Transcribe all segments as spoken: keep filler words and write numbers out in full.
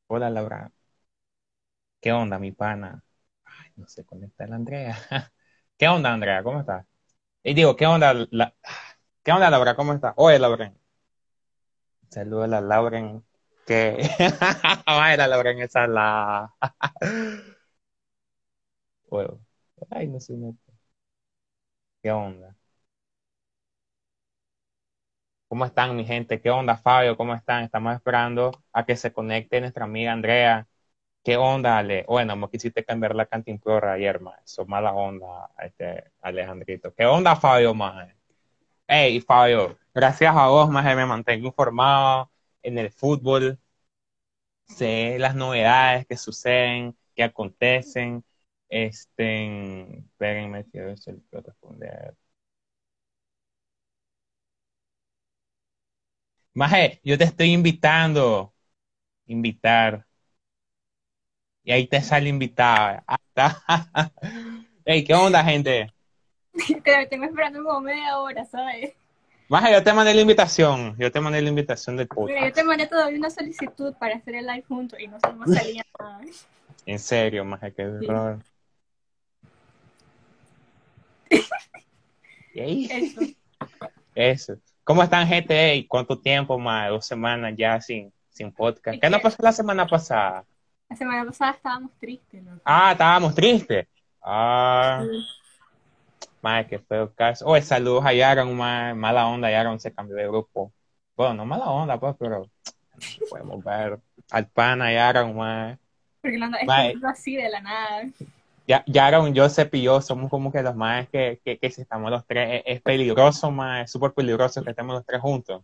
Hola Laura, ¿qué onda mi pana? Ay, no sé conecta la Andrea. ¿Qué onda Andrea? ¿Cómo estás? Y digo, ¿qué onda la... ¿Qué onda Laura? ¿Cómo estás? Oye Lauren, saludos a la Lauren que... Ay, la Lauren esa es la... Bueno, ay, no sé, no- ¿qué onda? ¿Cómo están mi gente? ¿Qué onda Fabio? ¿Cómo están? Estamos esperando a que se conecte nuestra amiga Andrea. ¿Qué onda, Ale? Bueno, me quisiste cambiar la cantimplora ayer, ma. Eso mala onda, este, Alejandrito. ¿Qué onda, Fabio, ma? Hey, Fabio, gracias a vos, maje, me mantengo informado en el fútbol, sé las novedades que suceden, que acontecen. Este, espérenme, quiero ver si puedo responder. Maje, yo te estoy invitando, invitar, y ahí te sale invitada. Ah, está. Hey, ¿qué onda, gente? Te tengo esperando como media hora, ¿sabes? Maje, yo te mandé la invitación, yo te mandé la invitación del Mira, yo te podcast. mandé todavía una solicitud para hacer el live juntos y no, se- no salía nada. En serio, maje, qué Sí, error. ¿Y ahí? eso. Eso. ¿Cómo están, gente? Ey, ¿cuánto tiempo más? Dos semanas ya sin, sin podcast. Es ¿Qué nos que pasó la semana pasada? la semana pasada estábamos tristes, loco. Ah, estábamos tristes. Ah, Sí. madre, qué feo caso. Oye, saludos a Yaron, mae. Mala onda, Yaron se cambió de grupo. Bueno, no mala onda, pues, pero no podemos ver al pana Yaron, mae. Porque lo ando Mae, escribiendo así de la nada. ya, Yaron, Joseph y yo somos como que los más que, que, que si estamos los tres, es, es peligroso, mae. Es súper peligroso que estemos los tres juntos.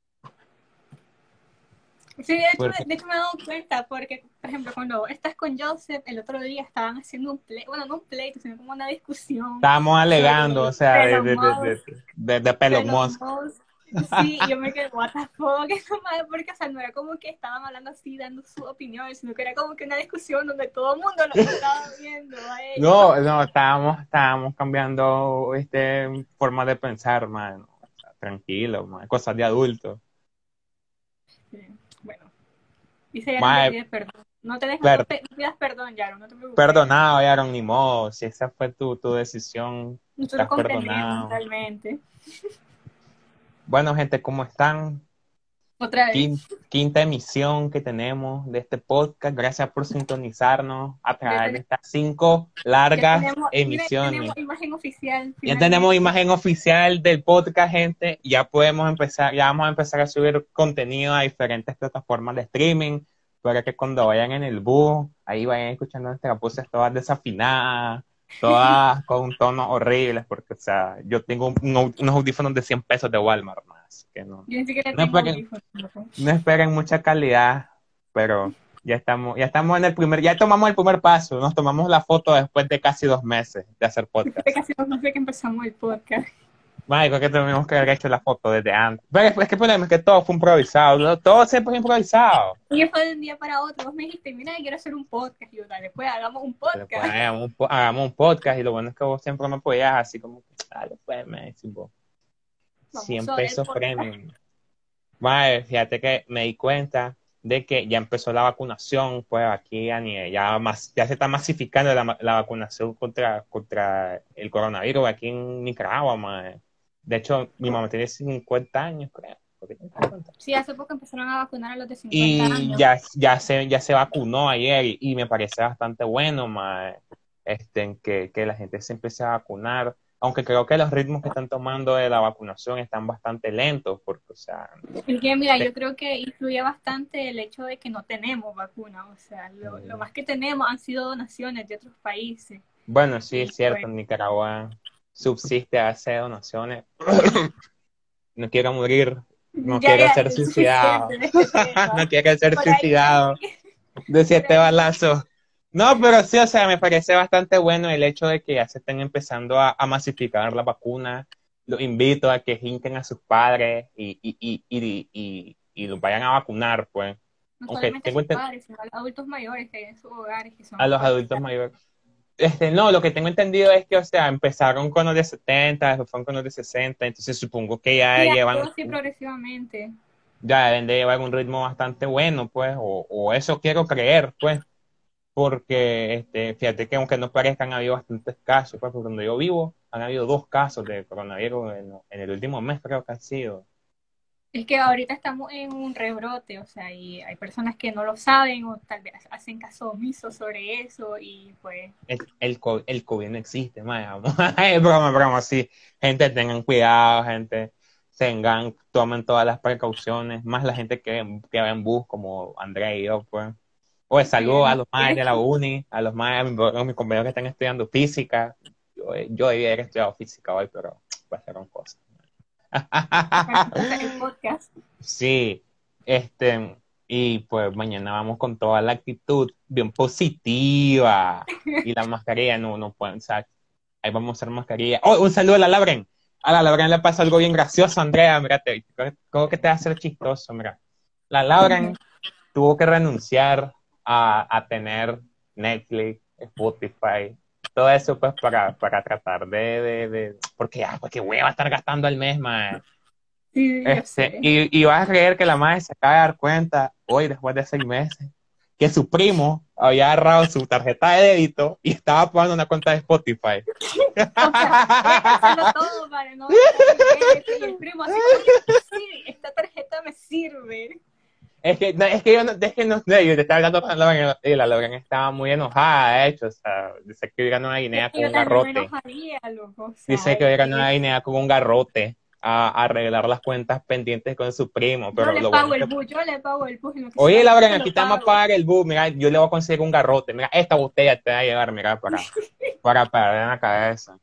Sí, de hecho, Porque de hecho me he dado cuenta porque, por ejemplo, cuando estás con Joseph, el otro día estaban haciendo un play, bueno, no un pleito, sino como una discusión estábamos alegando, o sobre sea, de, Elon de, de, de, Musk. de, de Pelon Elon Musk. Musk. Sí, y yo me quedé, what the fuck, esa madre, porque, o sea, no era como que estaban hablando así, dando su opinión, sino que era como que una discusión donde todo el mundo lo estaba viendo a ellos. No, no, estábamos, estábamos cambiando este forma de pensar, man. O sea, tranquilo, man. Cosas de adultos. Sí, bueno, dice Yaron que Man, pide perdón. No te dejas, no, per- pe- no pidas perdón, Yaron, no te preocupes. perdonado, Aaron, ni modo. Si esa fue tu, tu decisión, Nosotros estás comprendemos perdonado. realmente. Bueno, gente, ¿cómo están? Otra vez. Quin- Quinta emisión que tenemos de este podcast. Gracias por sintonizarnos a Ya, través de ten- estas cinco ya largas tenemos, mira, ya tenemos emisiones. imagen oficial Ya tenemos finalmente. imagen oficial del podcast, gente. Ya podemos empezar, ya vamos a empezar a subir contenido a diferentes plataformas de streaming para que cuando vayan en el bus, ahí vayan escuchando nuestras voces todas desafinadas, todas con un tono horrible, porque, o sea, yo tengo un- un- unos audífonos de cien pesos de Walmart más, así que no, Yo ni siquiera no tengo esperen, audífonos, loco. no esperen mucha calidad, pero ya estamos, ya estamos en el primer, ya tomamos el primer paso, nos tomamos la foto después de casi dos meses de hacer Después de podcast. casi dos meses que empezamos el podcast. Michael, que tenemos que haber hecho la foto desde antes. Pero es que el problema es que todo fue improvisado, ¿no? Todo siempre es improvisado. Y fue de un día para otro. Vos me dijiste, mira, quiero hacer un podcast. Y yo, dale, pues hagamos un Pero pues, podcast. hagamos, un, po- hagamos un podcast y lo bueno es que vos siempre me apoyás así como, dale, pues, me decís vos. Vamos cien sobre el pesos podcast. premium. Mae, fíjate que me di cuenta de que ya empezó la vacunación, pues aquí a nivel, ya, más, ya se está masificando la, la vacunación contra, contra el coronavirus aquí en Nicaragua, mae. De hecho, mi mamá tiene cincuenta años, creo. Porque tiene cincuenta. Sí, hace poco empezaron a vacunar a los de cincuenta Y años. ya, ya se, ya se vacunó ayer y, y me parece bastante bueno, mae, este, en que, que la gente se empiece a vacunar, aunque creo que los ritmos que están tomando de la vacunación están bastante lentos, porque, o sea, Es que, mira, te- yo creo que influye bastante el hecho de que no tenemos vacuna. O sea, lo, lo más que tenemos han sido donaciones de otros países. bueno, sí Y es cierto, pues, en Nicaragua subsiste a hacer donaciones. No quiero morir, no ya, quiero ya, ser es suficiente suicidado, de este tema. no quiero ser Por ahí suicidado leí, de por siete ahí balazos. No, pero sí, o sea, me parece bastante bueno el hecho de que ya se estén empezando a, a masificar la vacuna. Los invito a que hinquen a sus padres y, y, y, y, y, y los vayan a vacunar, pues. no Aunque solamente a tengo sus enten- padres, sino a los adultos mayores que hay en sus hogares, que a son los pues, adultos mayores. Este, no, lo que tengo entendido es que, o sea, empezaron con los de setenta, después fueron con los de sesenta, entonces supongo que ya sí, llevan, todo así progresivamente. ya deben de llevar un ritmo bastante bueno, pues, o, o eso quiero creer, pues, porque, este, fíjate que aunque no parezcan, ha habido bastantes casos, pues, por donde yo vivo, han habido dos casos de coronavirus en, en el último mes, creo que han sido. Es que ahorita estamos en un rebrote, o sea, y hay personas que no lo saben o tal vez hacen caso omiso sobre eso y pues... El, el, co- el COVID no existe, mae, vamos. Es broma, broma, sí. Gente, tengan cuidado, gente, tengan, tomen todas las precauciones, más la gente que, que va en bus, como Andrea y yo, pues. Oye, Sí, saludos a no los maes sé. de la uni, a los maes, a mis, a mis compañeros que están estudiando física. Yo, yo debía haber estudiado física hoy, pero pasaron cosas. Hacer el podcast. Sí, este, y pues mañana vamos con toda la actitud bien positiva. Y la mascarilla no, no pueden, o sea, ahí vamos a hacer mascarilla. Oh, un saludo a la Lauren. A la Lauren le pasa algo bien gracioso, Andrea, mírate, ¿cómo que te va a hacer chistoso? Mira, la Lauren tuvo que renunciar a, a tener Netflix, Spotify, todo eso pues para, para tratar de, de, de porque, ah, porque voy a estar gastando al mes, man. Sí, yo Este, sé. y, y vas a creer que la madre se acaba de dar cuenta hoy, después de seis meses, que su primo había agarrado su tarjeta de débito y estaba pagando una cuenta de Spotify. O sea, ella haciendo todo para no gastar billetes y el primo así como que, sí, esta tarjeta me sirve. Es que, no, es que yo no, es que no sé, yo te estaba hablando con la Logan y la Logan estaba muy enojada, de hecho, o sea, dice que ganó una Es guinea que con yo un también me garrote. enojaría, loco. O Dice sea, que ganó es- una guinea con un garrote a, a arreglar las cuentas pendientes con su primo, yo pero le lo bueno pago es el que bus, yo le pago el bus en lo que se oye, va, yo Lauren, se aquí lo te vamos a pago. pagar el bus. Mira, yo le voy a conseguir un garrote. Mira, esta botella te va a llevar, mira, para, para perder en la cabeza.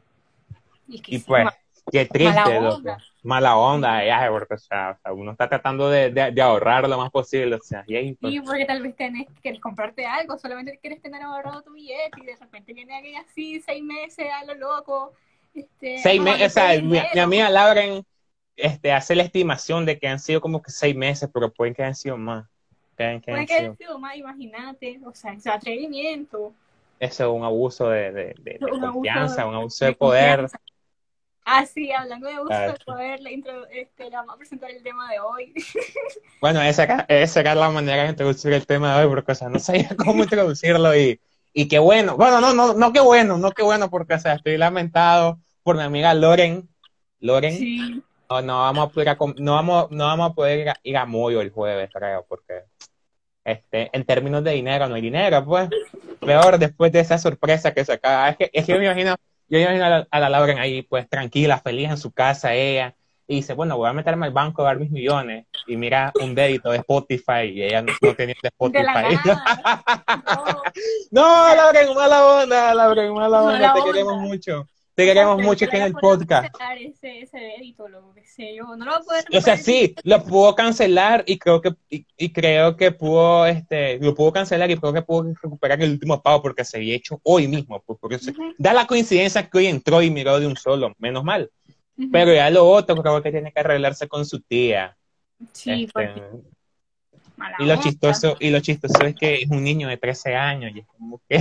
Y que Y sí, pues, ma- qué mala triste, onda. loco. Mala onda, Sí. ya, porque, o sea, o sea, uno está tratando de, de, de ahorrar lo más posible, o sea, y ahí, pues, Sí, porque tal vez tenés, quieres comprarte algo, solamente quieres tener ahorrado tu billete y de repente viene alguien así, seis meses a lo loco, este, seis meses, o robándote sea, mi, mi dinero. amiga Lauren este, hace la estimación de que han sido como que seis meses, pero pueden que hayan sido más. Pueden que Puede hayan que haya sido. sido más, imagínate, o sea, ese atrevimiento, Eso es un abuso de, de, de, de un abuso confianza, un abuso de de poder. confianza. Ah, sí, hablando de abuso Ah, de poder, le, intro, este, le vamos a presentar el tema de hoy. bueno, esa, era- esa era la manera de introducir el tema de hoy, porque, o sea, no sabía cómo introducirlo y, y qué bueno. Bueno, no, no, no qué bueno, no qué bueno, porque, o sea, estoy lamentado por mi amiga Loren. Loren, Sí, no, no vamos a poder, a com- no vamos, no vamos a poder ir a, ir a Moyo el jueves, creo, porque, este, en términos de dinero, no hay dinero, pues. Peor después de esa sorpresa que se acaba. Es que, es que yo me imagino, yo me imagino a la, a la Lauren ahí, pues, tranquila, feliz en su casa, ella, y dice, bueno, voy a meterme al banco a dar mis millones, y mira un débito de Spotify, y ella no, no tenía de de la Spotify. nada, no, o No, sea, Lauren, mala onda, Lauren, mala onda, mala te queremos onda. mucho. Te queremos Exacto, y mucho que le aquí en haya el podido podcast. cancelar ese, ese débito, lo que sé yo. No lo va a poder O sea, recuperar. sí, lo pudo cancelar y creo que y, y creo que pudo este lo pudo cancelar y creo que pudo recuperar el último pago porque se había hecho hoy mismo, pues, porque se- Uh-huh, da la coincidencia que hoy entró y miró de un solo, menos mal. uh-huh. Pero ya lo otro creo que tiene que arreglarse con su tía. Sí, Este, porque y mala lo onda. chistoso y lo chistoso es que es un niño de trece años y es como que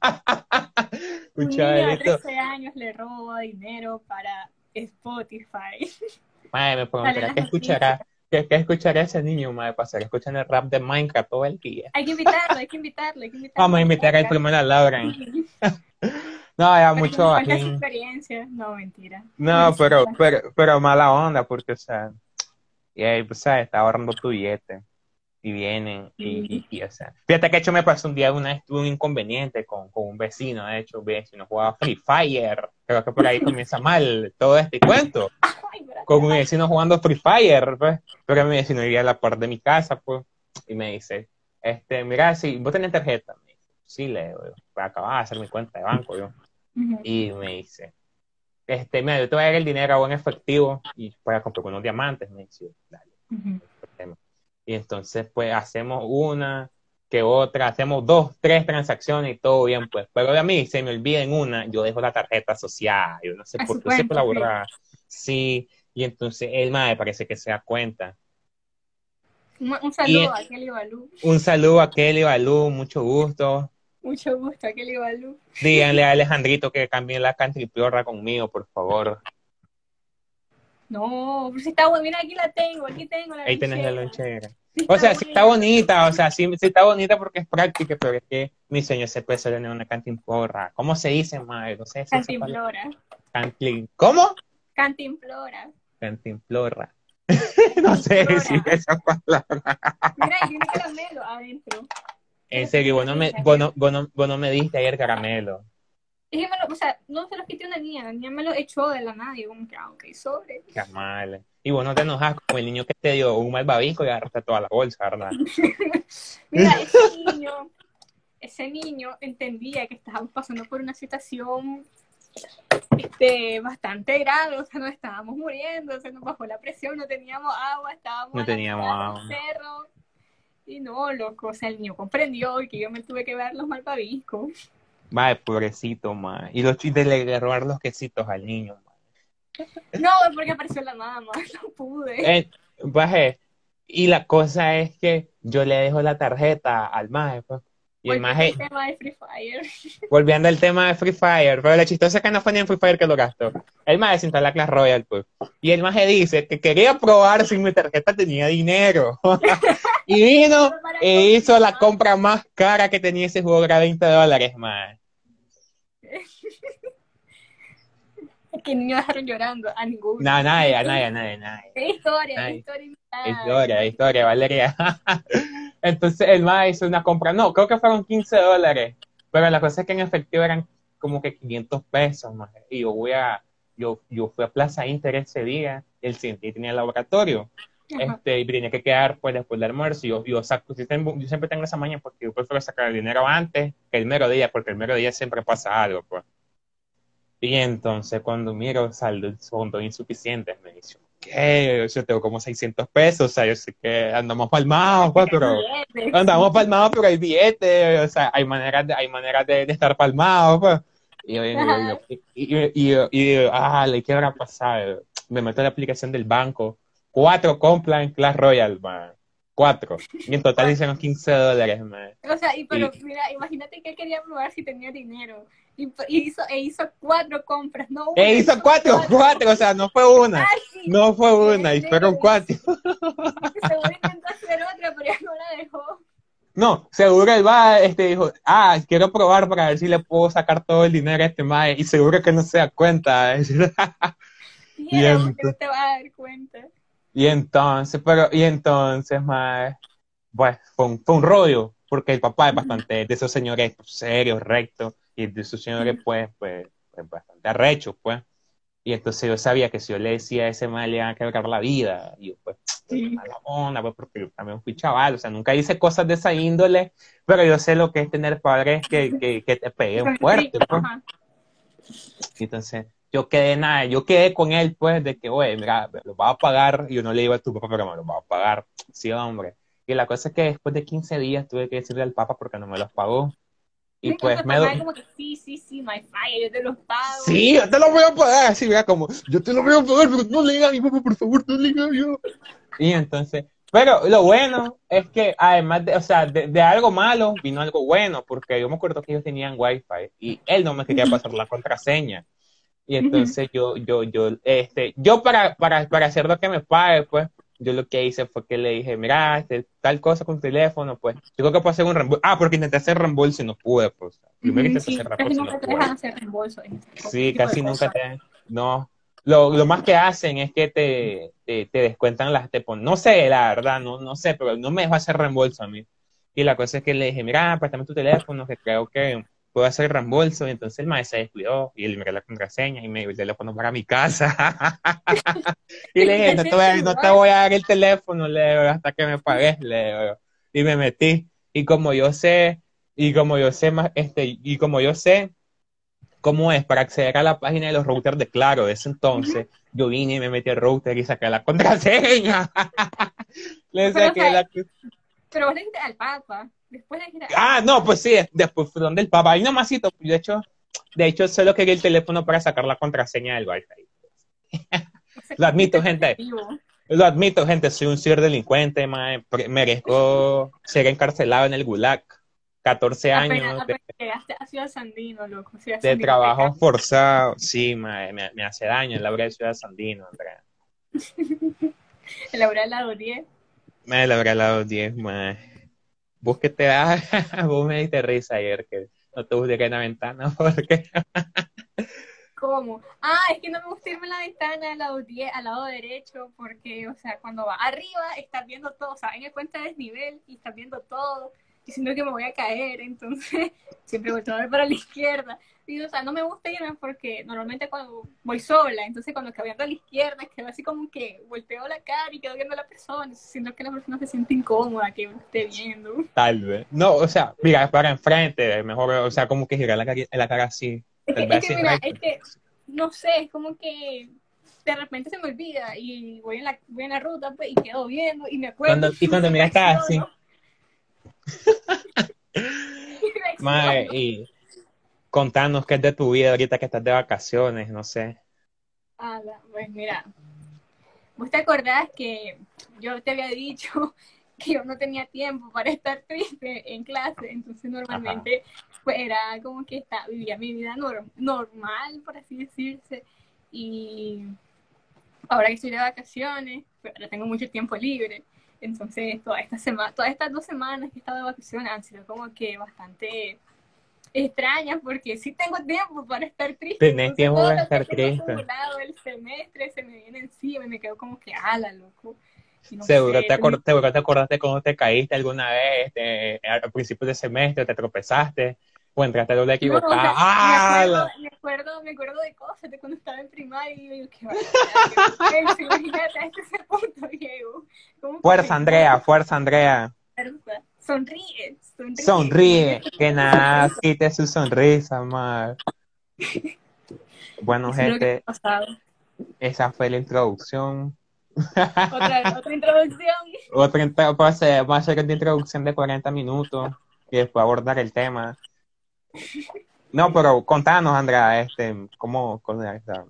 un Un niño de chavalito. trece años le roba dinero para Spotify. Madre, me Sale en preguntará las qué noticias. escuchará, qué, qué escuchará ese niño, madre, pasar escuchando el rap de Minecraft todo el día. Hay que invitarlo, hay que invitarlo, hay que invitarlo Vamos a al invitar al podcast. primero a Lauren. Sí, No, ya para que mucho nos cuente su bajín. experiencia. No, mentira. No, pero, Pobrecita. pero, pero mala onda, porque, o sea, y ahí, pues, ¿sabes? Está ahorrando tu billete. Y vienen, y, Sí. y, y, o sea. Fíjate que, de hecho, me pasó un día, una vez tuve un inconveniente con, con un vecino, de hecho, un vecino jugaba Free Fire. Creo que por ahí comienza mal todo este cuento. Ay, Con mi gracias. vecino jugando Free Fire, pues. Pero mi vecino vivía a la puerta de mi casa, pues. Y me dice, este, mira, si vos tenés tarjeta, me dice, sí, le digo, pues acabas de hacer mi cuenta de banco, yo. Uh-huh. Y me dice, este, mira, yo te voy a dar el dinero en efectivo y para comprar unos diamantes, me dice, dale, Uh-huh. no hay problema. Y entonces, pues, hacemos una que otra, hacemos dos, tres transacciones y todo bien, pues. Pero a mí se me olvida en una, yo dejo la tarjeta asociada, yo no sé A por su qué, siempre la cuenta, sí. borraba. Sí, y entonces él, madre, parece que se da cuenta. Un, un Y saludo a Kelly Balú. un saludo a Kelly Balú, mucho gusto. Mucho gusto a Kelly Balú. Díganle a Alejandrito que cambie la cantripiorra conmigo, por favor. No, pero si está buena, mira, aquí la tengo, aquí tengo la Ahí tenés la lonchera. lonchera. Sí O está sea, sí está buena. bonita, o sea, sí, sí está bonita porque es práctica, pero es que mi sueño se puede ser en una cantimplora. ¿Cómo se dice, madre? No sé si esa palabra. Cantimplora. Cantin... ¿Cómo? Cantimplora. Cantimplora. No sé Cantimplora. decir esa palabra. Mira, y tiene caramelo adentro. En Pero que serio, me vos lo no me, diste vos ayer. no, vos no- vos no me diste ayer caramelo. Es que me lo, o sea, no se los quité a una niña, la niña me lo echó de la nada y como que, ah, ok, sobre. Qué mal. Y vos no te enojas como el niño que te dio un malvavisco y agarraste toda la bolsa, ¿verdad? Mira, ese niño, ese niño entendía que estábamos pasando por una situación este, bastante grave, o sea, nos estábamos muriendo, se nos bajó la presión, no teníamos agua, estábamos No a la teníamos mitad del agua. cerro. Y no, loco, o sea, el niño comprendió y que yo me tuve que ver los malvaviscos. Madre, pobrecito, madre. Y los chistes le robar los quesitos al niño, madre. No, porque apareció la mamá, no pude. Eh, baje. Y la cosa es que yo le dejo la tarjeta al maje, pues. Y el Volviendo al maje, tema de Free Fire. volviendo al tema de Free Fire, pero lo chistoso es que no fue ni en Free Fire que lo gastó. El maje se instaló la Clash Royale, pues. Y el maje dice que quería probar si mi tarjeta tenía dinero. Y vino Para e hizo la confirmar. compra más cara que tenía ese juego, era veinte dólares, maje. Es que niños dejaron llorando, a ninguno. No, nadie, a nadie, a nadie, a nadie. Es historia, es Nadie. historia Es invitada. historia, es historia, Valeria. Entonces el maje hizo una compra, no, creo que fueron quince dólares, pero la cosa es que en efectivo eran como que quinientos pesos, maje. Y yo voy a, yo, yo fui a Plaza Inter ese día, el siguiente día tenía el laboratorio, Ajá. este, y tenía que quedar pues después del almuerzo, y yo, yo, saco, yo, tengo- yo siempre tengo esa maña porque yo prefiero sacar el dinero antes que el mero día, porque el mero día siempre pasa algo, pues. Y entonces cuando miro saldo, fondos insuficientes, me dice, ¿qué? Yo tengo como seiscientos pesos, o sea, yo sé que andamos palmados, pues, pero Billetes. andamos palmados, pero hay billetes, o sea, hay maneras de, hay maneras de, de estar palmados, pues. Y yo, y yo, y yo, y, y, y, yo, y yo, ah, le ¿qué habrá pasado? Me meto en la aplicación del banco, cuatro compras en Clash Royale, man. Cuatro. Y en total hicieron quince dólares, man. O sea, y pero Y, mira, imagínate que él quería probar si tenía dinero. Y, y hizo, e hizo cuatro compras, no una. e hizo cuatro, cuatro, o sea, no fue una. Casi. No fue una, y Tiene fueron cuatro. seguro intentó hacer otra, pero ya no la dejó. No, seguro él va, este, dijo, ah, quiero probar para ver si le puedo sacar todo el dinero a este mae, y seguro que no se da cuenta. Y, Mira, vos que no ent- te vas a dar cuenta. y entonces, pero, y entonces, mae, pues, fue un, fue un rollo, porque el papá es bastante, de esos señores serios, rectos, y de esos señores, pues, pues, pues, bastante arrechos, pues. Y entonces yo sabía que si yo le decía a ese mal le iban a quebrar la vida. Y yo, pues, Sí. mala onda, pues, porque yo también fui chaval. O sea, nunca hice cosas de esa índole, pero yo sé lo que es tener padres que, que, que te peguen fuerte, pues. Ajá. Y entonces yo quedé nada, yo quedé con él, pues, de que, oye, mira, me lo va a pagar. Y yo no le iba a tu papá, pero me lo va a pagar. Sí, hombre. Y la cosa es que después de quince días tuve que decirle al papá porque no me los pagó. Y Sí, como pues que me, papá do- como que sí, sí, sí, my fire, yo te los pago. sí, yo te lo voy a pagar, así, mira, como, yo te lo voy a pagar, pero no le digas a mi papá, por favor, no le digas yo. Y entonces, pero lo bueno es que además de, o sea, de, de algo malo vino algo bueno, porque yo me acuerdo que ellos tenían wifi y él no me quería pasar la contraseña. Y entonces yo, yo, yo, este, yo para, para, para hacer lo que me pague, pues, yo lo que hice fue que le dije, mira, este, tal cosa con tu teléfono, pues, yo creo que puedo hacer un reembolso. Ah, porque intenté hacer reembolso y no pude, pues. Primero intenté Sí, hacer casi reembolso y no nunca te pude. dejan hacer reembolso en este Sí, tipo de casi nunca cosas. te, no. Lo, lo más que hacen es que te, te, te descuentan las, te pon- no sé, la verdad, no, no sé, pero no me dejó hacer reembolso a mí. Y la cosa es que le dije, mira, préstame tu teléfono, que creo que puedo hacer reembolso. Y entonces el maestro se descuidó y él me dio la contraseña y me dio el teléfono para mi casa. Y le dije, no te voy a, no te voy a dar el teléfono, le digo, hasta que me pagues, le digo. Y me metí. Y como yo sé, y como yo sé más, este, y como yo sé cómo es para acceder a la página de los routers de Claro de ese entonces, yo vine y me metí al router y saqué la contraseña. Le Pero, o saqué sea, la... pero vos le dijiste al papa, después le dijiste Ah, al no, pues sí, después fue donde el papá. Ahí nomasito, de hecho, de hecho, solo quería el teléfono para sacar la contraseña del Wi-Fi. Lo admito, gente. Lo admito, gente, soy un ciberdelincuente, mae, pre- merezco ser encarcelado en el Gulag. catorce apenas, años de, apenas llegaste a Ciudad Sandino, loco. Ciudad de Sandino te trabajo cae. forzado. Sí, mae, me, me hace daño en la obra de Ciudad Sandino, Andrea. Elaborar el lado diez. Me le habrá dado diez, más. Vos que te das, vos me diste risa ayer que no te busqué en la ventana porque ¿Cómo? Ah, es que no me gusta irme a la ventana al lado, die- al lado derecho porque, o sea, cuando va arriba estás viendo todo, o sea, en el puente de desnivel y estás viendo todo y siento que me voy a caer, entonces siempre voy a ver para la izquierda. Y, o sea, no me gusta irme porque normalmente cuando voy sola, entonces cuando quedo viendo a la izquierda, quedo así como que volteo la cara y quedo viendo a la persona, entonces siento que la persona se siente incómoda que me esté viendo. tal vez. No, o sea, mira, para enfrente, mejor, o sea, como que girar la cara, la cara así, Es que, tal vez es que así mira, recto. es que, no sé, es como que de repente se me olvida y voy en la, voy en la ruta pues, y quedo viendo y me acuerdo Cuando, y y cuando mira está así, reacciono y mae, reacciono. y contanos qué es de tu vida ahorita que estás de vacaciones, no sé. Ala, pues mira, ¿vos te acordás que yo te había dicho que yo no tenía tiempo para estar triste en clase? Entonces Ajá. normalmente pues era como que está, vivía mi vida norm, normal, por así decirse. Y ahora que estoy de vacaciones, pero ahora tengo mucho tiempo libre. Entonces, toda esta semana, todas estas dos semanas que he estado de vacaciones han sido como que bastante extrañas porque sí tengo tiempo para estar triste. Tenés Entonces, tiempo todo de lo que estar tengo triste. acumulado el semestre se me viene encima y me quedo como que, ala, loco. Y no Seguro sé, te, tengo... acor- seguro te acordaste cuando te caíste alguna vez, te- al principio del semestre, te tropezaste, o entraste a la No, o equivocada. sea, me ¡Ah! acuerdo, la- me acuerdo, me acuerdo de cosas de cuando estaba en primaria y yo digo, qué barbaridad, qué vergüenza, imagínate, a este punto llego. Como Fuerza, que no, Andrea, fuerza, Andrea. vergüenza. Sonríe, sonríe. Mira Sonríe, que que tu nada, sonrisa. quite su sonrisa, mar. Bueno, Eso es lo que me gente, ha pasado. esa fue la introducción. Otra, otra introducción. Otra, intro- pues, eh, vamos a hacer una introducción de cuarenta minutos y después abordar el tema. No, pero contanos, Andrea, este, ¿cómo, cómo está?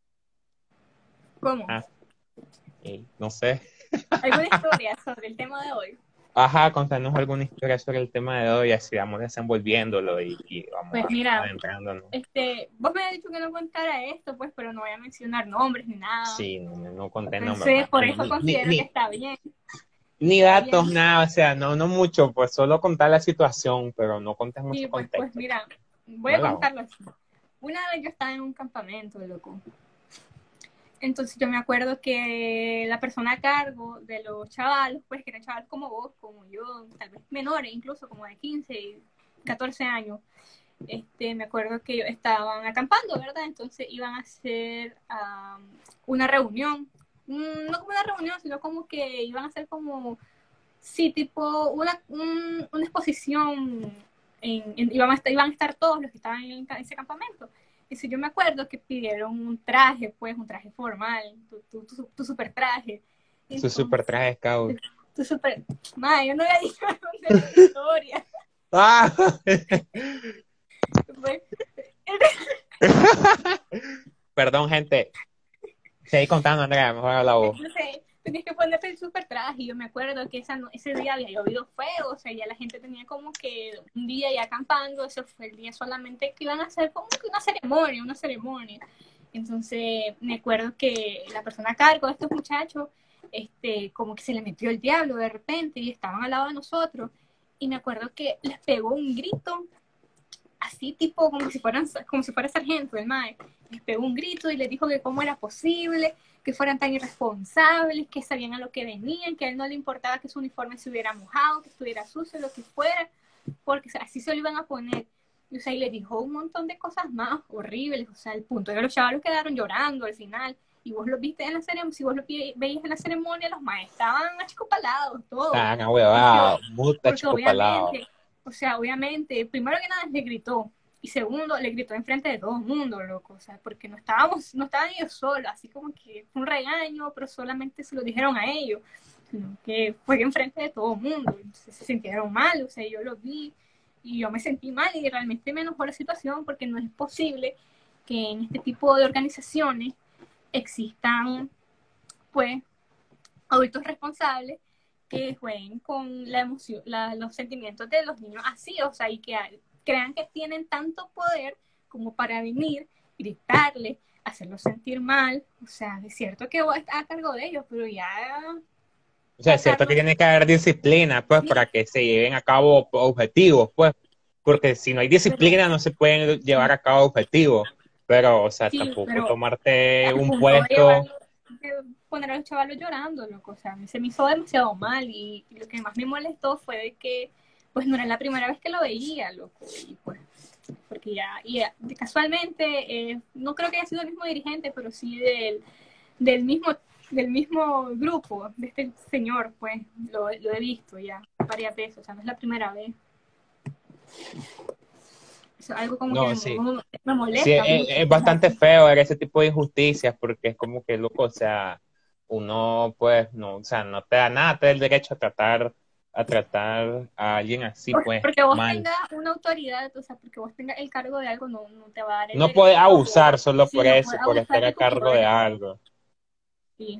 ¿Cómo? Ah, eh, no sé. ¿Alguna historia sobre el tema de hoy? Ajá, contanos alguna historia sobre el tema de hoy, así vamos desenvolviéndolo y, y vamos Pues mira, adentrándonos. este, vos me has dicho que no contara esto, pues, pero no voy a mencionar nombres ni nada. Sí, no, no conté nombres, Entonces, ma. por Ni, eso ni, ni, considero que ni, está bien. ni Está datos, bien. nada, o sea, no, no mucho, pues solo contar la situación, pero no conté mucho Sí, pues, pues contexto. mira, voy a Mala onda. contarlo así. Una vez yo estaba en un campamento, loco. Entonces yo me acuerdo que la persona a cargo de los chavalos, pues que eran chavalos como vos, como yo, tal vez menores, incluso como de quince, catorce años, este, me acuerdo que ellos estaban acampando, ¿verdad? Entonces iban a hacer um, una reunión, mm, no como una reunión, sino como que iban a hacer como, sí, tipo una, un, una exposición, en, en, iban, a estar, iban a estar todos los que estaban en ese campamento. Y si yo me acuerdo que pidieron un traje, pues un traje formal, tu, tu, tu, tu super traje. Su super Entonces, traje scout. tu super... Madre, yo no había dicho dónde era la historia. ¡Ah! Pues, Perdón, gente. Seguí contando, Andrea, mejor habla vos. entonces, tenías que ponerte el super traje. Y yo me acuerdo que esa, ese día había llovido feo, o sea, ya la gente tenía como que un día ya acampando, eso fue el día solamente que iban a hacer como que una ceremonia, una ceremonia. Entonces, me acuerdo que la persona a cargo de estos muchachos, este, como que se le metió el diablo de repente y estaban al lado de nosotros. Y me acuerdo que les pegó un grito así tipo como si fueran como si fuera sargento el mae, les pegó un grito y les dijo que cómo era posible que fueran tan irresponsables, que sabían a lo que venían, que a él no le importaba que su uniforme se hubiera mojado, que estuviera sucio, lo que fuera, porque o sea, así se lo iban a poner. Y, o sea, y les dijo un montón de cosas más horribles, o sea, el punto de que los chavalos quedaron llorando al final, y vos lo viste en la ceremonia, si vos lo veías en la ceremonia, los maes estaban achicopalados, todos, Tan porque, ahuevado, muta porque chico palado. obviamente, o sea, obviamente, primero que nada le gritó, y segundo, le gritó enfrente de todo el mundo, loco, o sea, porque no estábamos, no estaban ellos solos, así como que fue un regaño, pero solamente se lo dijeron a ellos, sino que fue enfrente de todo el mundo, entonces se sintieron mal, o sea, yo lo vi, y yo me sentí mal, y realmente me enojó la situación, porque no es posible que en este tipo de organizaciones existan, pues, adultos responsables que jueguen con la emoción, la, los sentimientos de los niños así, o sea, y que crean que tienen tanto poder como para venir gritarle, hacerlos sentir mal. O sea, es cierto que vos estás a cargo de ellos, pero ya O sea, es cierto que tratarlos tiene que haber disciplina, pues, para así, que se lleven a cabo objetivos, pues, porque si no hay pero disciplina no se pueden llevar sí, a cabo objetivos, pero, o sea, sí, tampoco pero tomarte al un punto de puesto. llevarlo, de poner a los chavalos llorando, loco. O sea, se me hizo demasiado mal y, y lo que más me molestó fue de que, pues, no era la primera vez que lo veía, loco. Y pues, porque ya, y ya, casualmente, eh, no creo que haya sido el mismo dirigente, pero sí del, del mismo del mismo grupo, de este señor, pues, lo, lo he visto ya varias veces, o sea, no es la primera vez. Eso es algo como que No, me, sí. me, me Sí, molesta es, mucho, es bastante fíjate. feo ver ese tipo de injusticias porque es como que, loco, o sea, uno, pues, no, o sea, no te da nada, te da el derecho a tratar, a tratar a alguien así, Porque, pues, porque vos mal. tengas una autoridad, o sea, porque vos tengas el cargo de algo, no, no te va a dar el No puedes derecho a abusar vos, solo sí, por no eso, puedes por estar abusar a de tu cargo de poder. algo. Sí.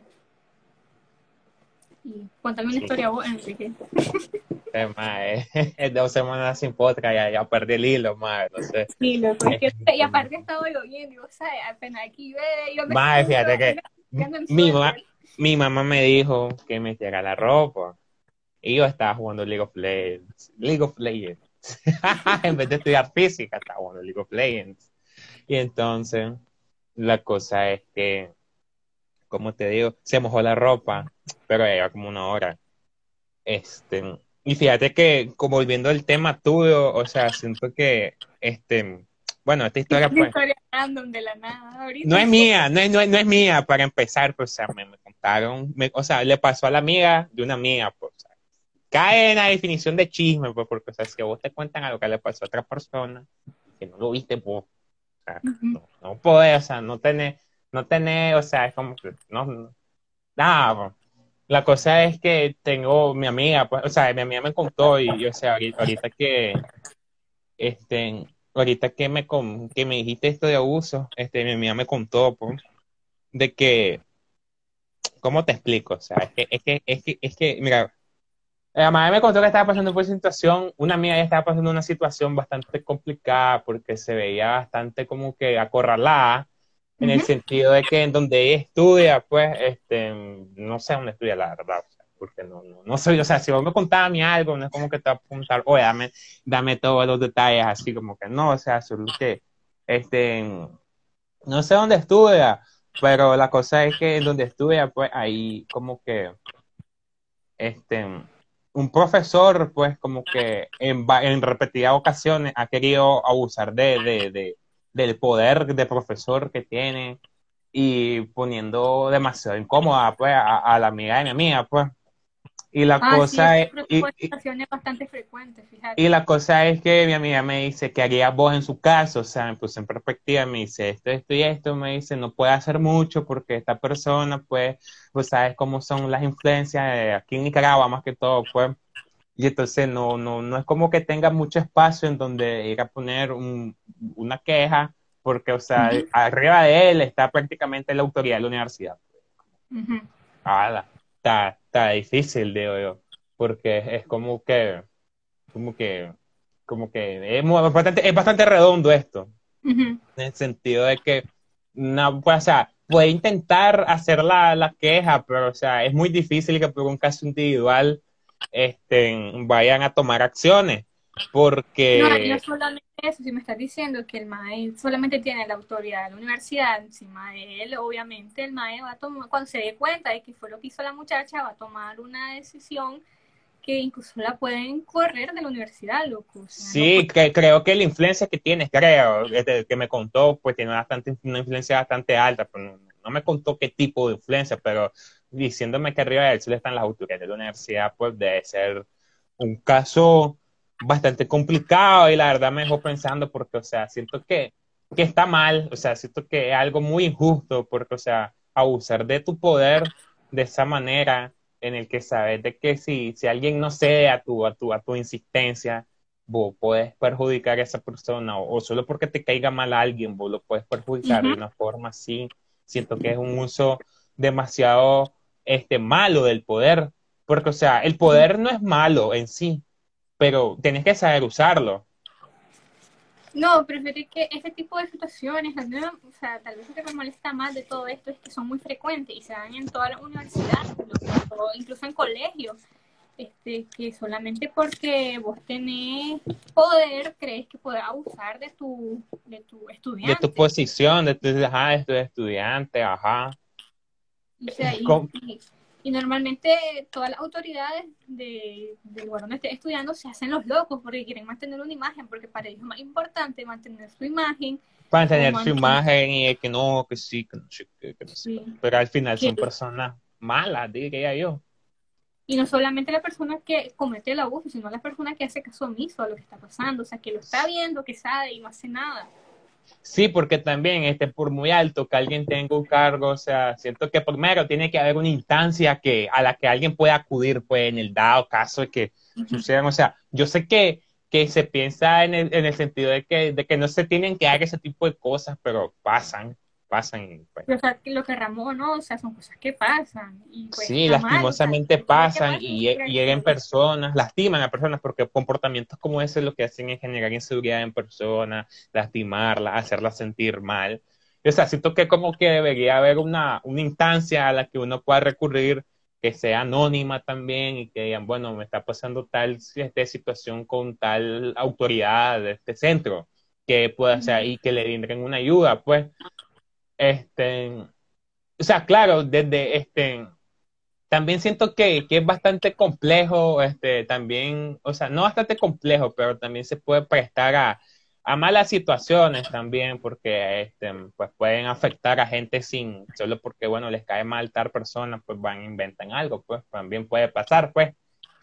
Y cuéntame una Sí, historia vos, Enrique. tema, eh, es dos semanas sin podcast, ya, ya perdí el hilo, madre, no sé. Sí, loco, es que, y Este, aparte estaba lloviendo, y vos sabes, apenas aquí ve, yo me Mae, subo, fíjate que apenas ando en mi, ma- suéter. mi mamá me dijo que me tirara la ropa y yo estaba jugando League of Legends. League of Legends. En vez de estudiar física, estaba jugando League of Legends. Y entonces, la cosa es que, como te digo, se mojó la ropa, pero ya lleva como una hora. Este, y fíjate que, como volviendo al tema tuyo, o sea, siento que, este, bueno, esta historia, Una pues, historia random de la nada, no ahorita. es mía, no es, no es, no es mía para empezar, pues, o sea, me, me contaron, me- o sea, le pasó a la amiga de una amiga, pues, o sea, cae en la definición de chisme, pues, porque, o sea, si a vos te cuentan algo que le pasó a otra persona, que no lo viste, pues, o sea, Ujú. no, no podés, o sea, no tenés, no tenés, o sea, es como que, no, no, nada, pues. La cosa es que tengo mi amiga, pues, o sea, mi amiga me contó y, y, o sea, ahorita, ahorita que, este, ahorita que me, con- que me dijiste esto de abuso, este, mi amiga me contó, pues, de que, ¿cómo te explico? O sea, es que, es que, es que, es que, mira, la madre me contó que estaba pasando por esa situación, una amiga ya estaba pasando una situación bastante complicada porque se veía bastante como que acorralada, en el Ujú. sentido de que en donde ella estudia, pues, este, no sé dónde estudia la verdad, o sea, porque no, no, no soy, o sea, si vos me contabas a mí algo, no es como que te va a preguntar, oye, dame, dame todos los detalles, así como que no, o sea, solo que, este, no sé dónde estudia, pero la cosa es que en donde estudia, pues ahí como que este un profesor, pues como que en, va- en repetidas ocasiones ha querido abusar de, de, de- del poder de profesor que tiene y poniendo demasiado incómoda pues a, a la amiga de mi amiga, pues. Y la Ah, sí, ese cosa es, tipo y, de situación es bastante frecuente, y fíjate. la cosa es que mi amiga me dice, ¿qué harías vos en su caso? O sea, me puse en perspectiva, me dice esto, esto y esto, me dice, no puede hacer mucho porque esta persona, pues, pues sabes cómo son las influencias eh, aquí en Nicaragua, más que todo, pues, y entonces no, no, no es como que tenga mucho espacio en donde ir a poner un- una queja, porque, o sea, Ujú, arriba de él está prácticamente la autoridad de la universidad. ujú, Ah, está, está difícil, digo yo, porque es como que como que, como que es, muy- bastante, es bastante redondo esto, ujú. en el sentido de que, no, pues, o sea, puede intentar hacer la, la queja, pero, o sea, es muy difícil que por un caso individual este, vayan a tomar acciones, No, y no porque solamente eso, si me estás diciendo que el M A E solamente tiene la autoridad de la universidad encima de él, obviamente el M A E va a tomar, cuando se dé cuenta de que fue lo que hizo la muchacha, va a tomar una decisión que incluso la pueden correr de la universidad, loco. O sea, no sí, puede. que, creo que la influencia que tienes, creo, este, que me contó, pues tiene bastante, una influencia bastante alta, pero no, no me contó qué tipo de influencia, pero diciéndome que arriba de él solo están las autoridades de la universidad, pues debe ser un caso bastante complicado y la verdad me dejó pensando porque, o sea, siento que, que está mal, o sea, siento que es algo muy injusto porque, o sea, abusar de tu poder de esa manera en el que sabes de que si, si alguien no cede a tu, a tu, a tu insistencia, vos puedes perjudicar a esa persona o, o solo porque te caiga mal a alguien, vos lo puedes perjudicar de Ujú, una forma así. Siento que es un uso demasiado este, malo del poder, porque, o sea, el sí. poder no es malo en sí, pero tienes que saber usarlo. No, pero fíjate que ese tipo de situaciones, la nueva- o sea, tal vez lo que me molesta más de todo esto es que son muy frecuentes y se dan en todas las universidades, loco, o incluso en colegios, este, que solamente porque vos tenés poder, crees que podés abusar de tu, de tu De tu estudiante. posición, de tu, ajá, de tu estudiante, ajá. O sea, y, Com- y, y normalmente todas las autoridades de, del lugar donde estés estudiando se hacen los locos porque quieren mantener una imagen, porque para ellos es más importante mantener su imagen para o tener su mantener, imagen y de que no, que sí, que no sé qué, que no sé sí, cuánto. Pero al final que, son personas malas, diría yo. y no solamente la persona que comete el abuso, sino la persona que hace caso omiso a lo que está pasando, o sea, que lo está viendo, que sabe y no hace nada. Sí, porque también, este, por muy alto que alguien tenga un cargo, o sea, siento que primero tiene que haber una instancia que, a la que alguien pueda acudir, pues, en el dado caso de que Ujú. sucedan. O sea, yo sé que, que se piensa en el, en el sentido de que, de que no se tienen que dar ese tipo de cosas, pero pasan, pasan, y, pues. O sea, que lo querramos o no, o sea, son cosas que pasan y pues Sí, está mal, o sea, el lastimosamente hecho de que pasan pase no y, y quiere hieren decir. personas, lastiman a personas, porque comportamientos como ese lo que hacen es generar inseguridad en personas, lastimarlas, hacerlas sentir mal. O sea, siento que como que debería haber una, una instancia a la que uno pueda recurrir, que sea anónima también y que digan, bueno, me está pasando tal este, situación con tal autoridad de este centro, que pueda, o sea, Ujú. y que le brinden una ayuda, pues. Este, o sea, claro, desde este también siento que, que es bastante complejo, este, también, o sea, no bastante complejo, pero también se puede prestar a, a malas situaciones también, porque este, pues pueden afectar a gente sin, solo porque, bueno, les cae mal tal persona, pues van e inventan algo, pues también puede pasar, pues.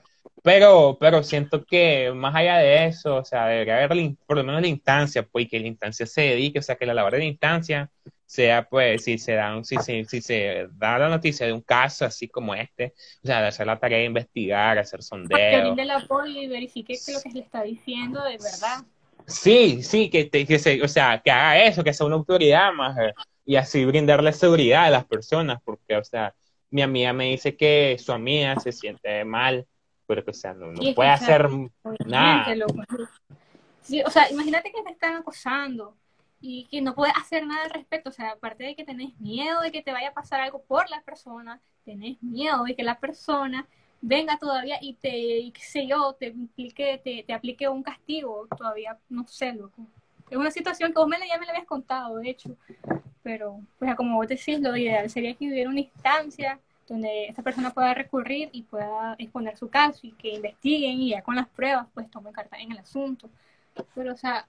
Pero, pero siento que más allá de eso, o sea, debería haber la in- por lo menos la instancia, pues, y que la instancia se dedique, o sea, que la labor de la instancia sea, pues, si se da, un- si, si, si se da la noticia de un caso así como este, o sea, de hacer la tarea de investigar, hacer Que sondeos. brinde el apoyo y verifique que lo que se le está diciendo es verdad. Sí, sí, que, te- que se, o sea, que haga eso, que sea una autoridad más, eh, y así brindarle seguridad a las personas, porque, o sea, mi amiga me dice que su amiga se siente mal, pero que, o sea, no, no Y es que, puede o sea, hacer obviamente, nada. loco. Sí, o sea, imagínate que te están acosando y que no puedes hacer nada al respecto. O sea, aparte de que tenés miedo de que te vaya a pasar algo por la persona, tenés miedo de que la persona venga todavía y te, y qué sé yo, te implique, te, te aplique un castigo. Todavía, no sé, loco. Es una situación que vos me, la- ya me la habías contado, de hecho. Pero, pues, como vos decís, lo ideal sería que hubiera una instancia donde esta persona pueda recurrir y pueda exponer su caso y que investiguen y ya con las pruebas, pues tomen carta en el asunto. Pero, o sea,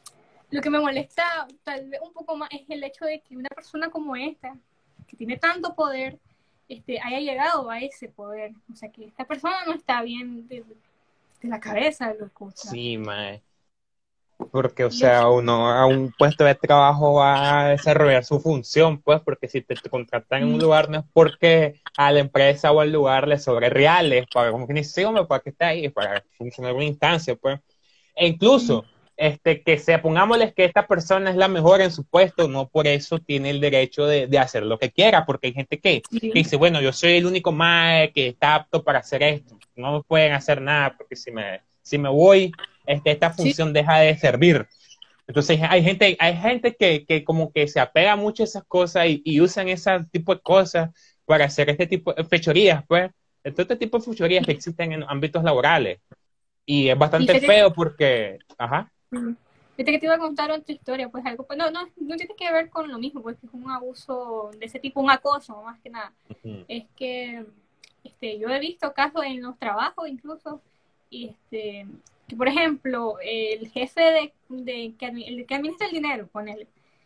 lo que me molesta tal vez un poco más es el hecho de que una persona como esta, que tiene tanto poder, este, haya llegado a ese poder. O sea, que esta persona no está bien de, de la cabeza, loco. O sea, Sí, mae. Porque, o y yo, sea, uno a un puesto de trabajo va a desarrollar su función, pues, porque si te, te contratan en un lugar no es porque a la empresa o al lugar le sobre reales, para como que ni siquiera hombre, para que esté ahí, para funcionar una instancia, pues. E incluso, este, que se pongámosles que esta persona es la mejor en su puesto, no por eso tiene el derecho de, de hacer lo que quiera, porque hay gente que, que sí, dice, bueno, yo soy el único mae que está apto para hacer esto, no me pueden hacer nada, porque si me, si me voy, este, esta sí, función deja de servir. Entonces hay gente, hay gente que, que como que se apega mucho a esas cosas y, y usan ese tipo de cosas para hacer este tipo de fechorías, pues. Todo este tipo de fechorías que existen en ámbitos laborales. Y es y bastante sé que, feo porque, ajá. Viste que te iba a contar otra historia, pues algo, pues no, no, no tiene que ver con lo mismo, pues es un abuso de ese tipo, un acoso, más que nada. Ujú, Es que este, yo he visto casos en los trabajos incluso, y este, que por ejemplo, el jefe de, de que, el que administra el dinero, ponele,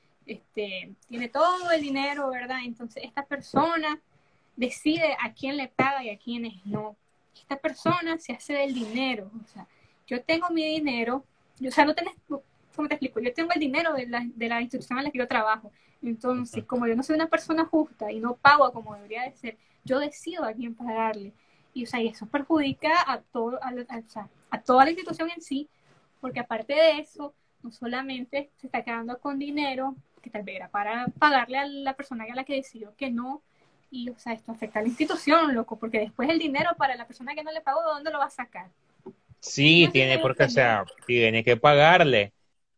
este, tiene todo el dinero, ¿verdad? Entonces esta persona decide a quién le paga y a quiénes no. Esta persona se hace del dinero, o sea, yo tengo mi dinero, o sea, no tenés, ¿cómo te explico? Yo tengo el dinero de la, de la institución en la que yo trabajo, entonces, ujú. como yo no soy una persona justa y no pago como debería de ser, yo decido a quién pagarle. Y, o sea, y eso perjudica a, todo, a, a, o sea, a toda la institución en sí, porque aparte de eso, no solamente se está quedando con dinero, que tal vez era para pagarle a la persona a la que decidió que no, y, o sea, esto afecta a la institución, loco, porque después el dinero para la persona que no le pagó, ¿de dónde lo va a sacar? Sí, No sé si me tiene voy a porque, o entender. sea, tiene que pagarle.